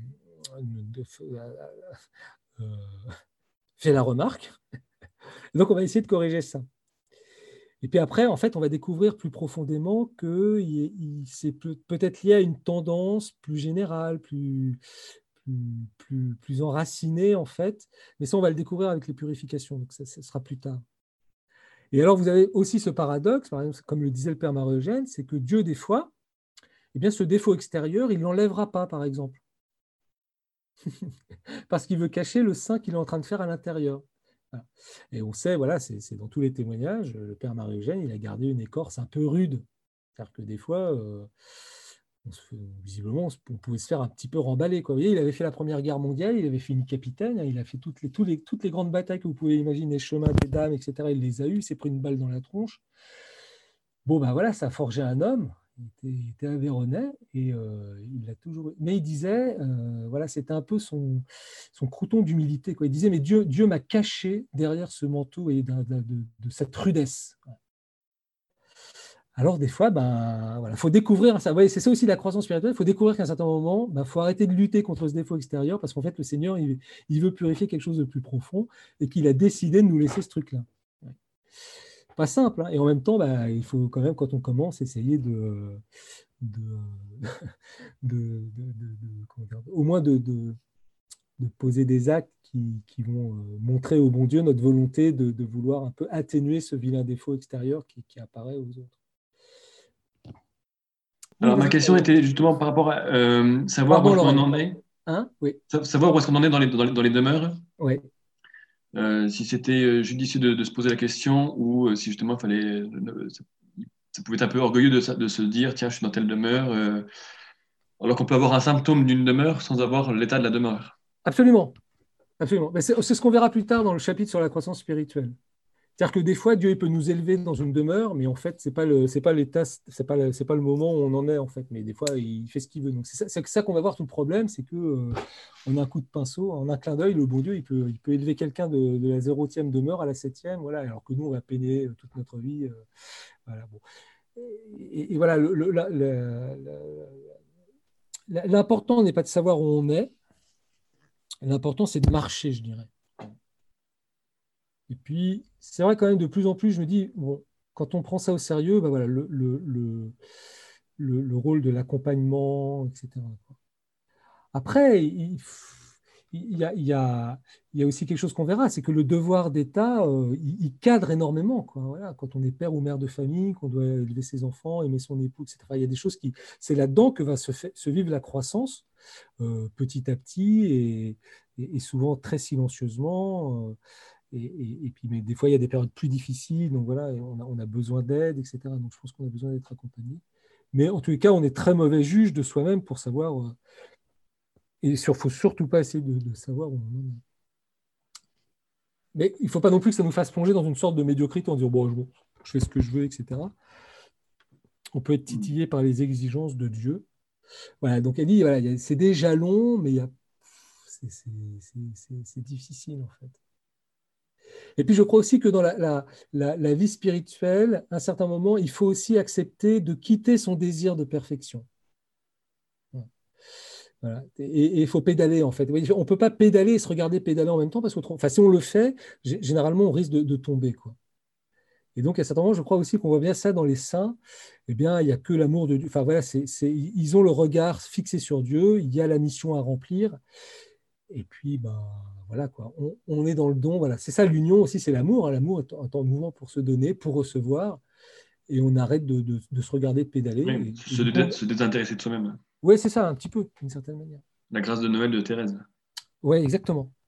euh, fait la remarque. Donc, on va essayer de corriger ça. Et puis après, en fait, on va découvrir plus profondément que il- il- c'est peut- peut-être lié à une tendance plus générale, plus, plus, plus, plus enracinée, en fait. Mais ça, on va le découvrir avec les purifications, donc ça, ça sera plus tard. Et alors, vous avez aussi ce paradoxe, par exemple, comme le disait le père Marie-Eugène, c'est que Dieu, des fois, eh bien, ce défaut extérieur, il ne l'enlèvera pas, par exemple, parce qu'il veut cacher le saint qu'il est en train de faire à l'intérieur. Voilà. Et on sait, voilà, c'est c'est dans tous les témoignages, le père Marie-Eugène, il a gardé une écorce un peu rude. C'est-à-dire que des fois, euh, on se fait- visiblement, on, se- on pouvait se faire un petit peu remballer, quoi. Vous voyez, il avait fait la Première Guerre mondiale, il avait fini capitaine, hein, il a fait toutes les, tous les, toutes les grandes batailles que vous pouvez imaginer, les chemins des dames, et cetera. Il les a eues, il s'est pris une balle dans la tronche. Bon, ben voilà, ça a forgé un homme. Il était, il était Aveyronais et euh, il l'a toujours. Mais il disait, euh, voilà, c'était un peu son, son crouton d'humilité, quoi. Il disait, mais Dieu, Dieu m'a caché derrière ce manteau et de, de, de, de cette rudesse. Alors, des fois, ben, voilà, faut découvrir ça. Ouais, c'est ça aussi la croissance spirituelle. Il faut découvrir qu'à un certain moment, il ben, faut arrêter de lutter contre ce défaut extérieur parce qu'en fait, le Seigneur, il, il veut purifier quelque chose de plus profond et qu'il a décidé de nous laisser ce truc-là. Ouais. Pas simple, hein. Et en même temps, bah, il faut quand même, quand on commence, essayer de, de, de, de, de, de comment dire, au moins de, de, de poser des actes qui, qui vont euh, montrer au bon Dieu notre volonté de, de vouloir un peu atténuer ce vilain défaut extérieur qui, qui apparaît aux autres. Oui, Alors, ma vas-y. question était justement par rapport à euh, savoir où Pardon, est-ce qu'on Lorraine. en est, Hein? Oui. sa- savoir où est-ce qu'on en est dans les, dans les, dans les demeures, Oui. euh, si c'était euh, judicieux de, de se poser la question ou euh, si justement il fallait, euh, ça, ça pouvait être un peu orgueilleux de, sa- de se dire, tiens, je suis dans telle demeure, euh, alors qu'on peut avoir un symptôme d'une demeure sans avoir l'état de la demeure. Absolument. Absolument. Mais c'est c'est ce qu'on verra plus tard dans le chapitre sur la croissance spirituelle. C'est-à-dire que des fois, Dieu il peut nous élever dans une demeure, mais en fait, c'est pas le, c'est pas l'état, c'est pas, le- c'est pas le moment où on en est en fait. Mais des fois, il fait ce qu'il veut. Donc c'est ça, c'est ça qu'on va voir. Tout le problème, c'est que euh, en un coup de pinceau, en un clin d'œil, le bon Dieu, il peut, il peut élever quelqu'un de, de la zérotième demeure à la septième, voilà. Alors que nous, on va peiner euh, toute notre vie. euh, voilà. Bon. Et, et voilà, le- le- la- la- la- l'important n'est pas de savoir où on est. L'important, c'est de marcher, je dirais. Et puis, c'est vrai quand même, de plus en plus, je me dis, bon, quand on prend ça au sérieux, ben voilà, le, le, le, le, le rôle de l'accompagnement, et cetera. Après, il, il y a, il y a, il y a aussi quelque chose qu'on verra, c'est que le devoir d'État, euh, il, il cadre énormément, quoi. Voilà, quand on est père ou mère de famille, qu'on doit élever ses enfants, aimer son époux, et cetera. Il y a des choses qui... C'est là-dedans que va se, fait, se vivre la croissance, euh, petit à petit, et, et, et souvent très silencieusement. euh, et, et, et, puis, mais des fois, il y a des périodes plus difficiles, donc voilà, on a, on a besoin d'aide, et cetera. Donc, je pense qu'on a besoin d'être accompagné. Mais en tous les cas, on est très mauvais juge de soi-même pour savoir. Euh, et il ne faut surtout pas essayer de, de savoir où on en est. Mais il ne faut pas non plus que ça nous fasse plonger dans une sorte de médiocrité en disant bon, je, je fais ce que je veux, et cetera. On peut être titillé par les exigences de Dieu. Voilà, donc elle dit voilà, c'est des jalons, mais il y a, c'est, c'est, c'est, c'est difficile en fait. Et puis je crois aussi que dans la, la, la, la vie spirituelle, à un certain moment, il faut aussi accepter de quitter son désir de perfection. Voilà. Et il faut pédaler en fait. On ne peut pas pédaler et se regarder pédaler en même temps parce que enfin, si on le fait, généralement on risque de, de tomber, quoi. Et donc à certains moments, je crois aussi qu'on voit bien ça dans les saints. Eh bien, il n'y a que l'amour de Dieu. Enfin voilà, c'est, c'est, ils ont le regard fixé sur Dieu. Il y a la mission à remplir. Et puis, ben voilà quoi. On, on est dans le don. Voilà, c'est ça l'union aussi, c'est l'amour. Hein. L'amour est un temps de mouvement pour se donner, pour recevoir. Et on arrête de, de, de se regarder pédaler. Oui, Et, et se, du coup, dé- se désintéresser de soi-même. oui, c'est ça, un petit peu, d'une certaine manière. La grâce de Noël de Thérèse. Oui, exactement.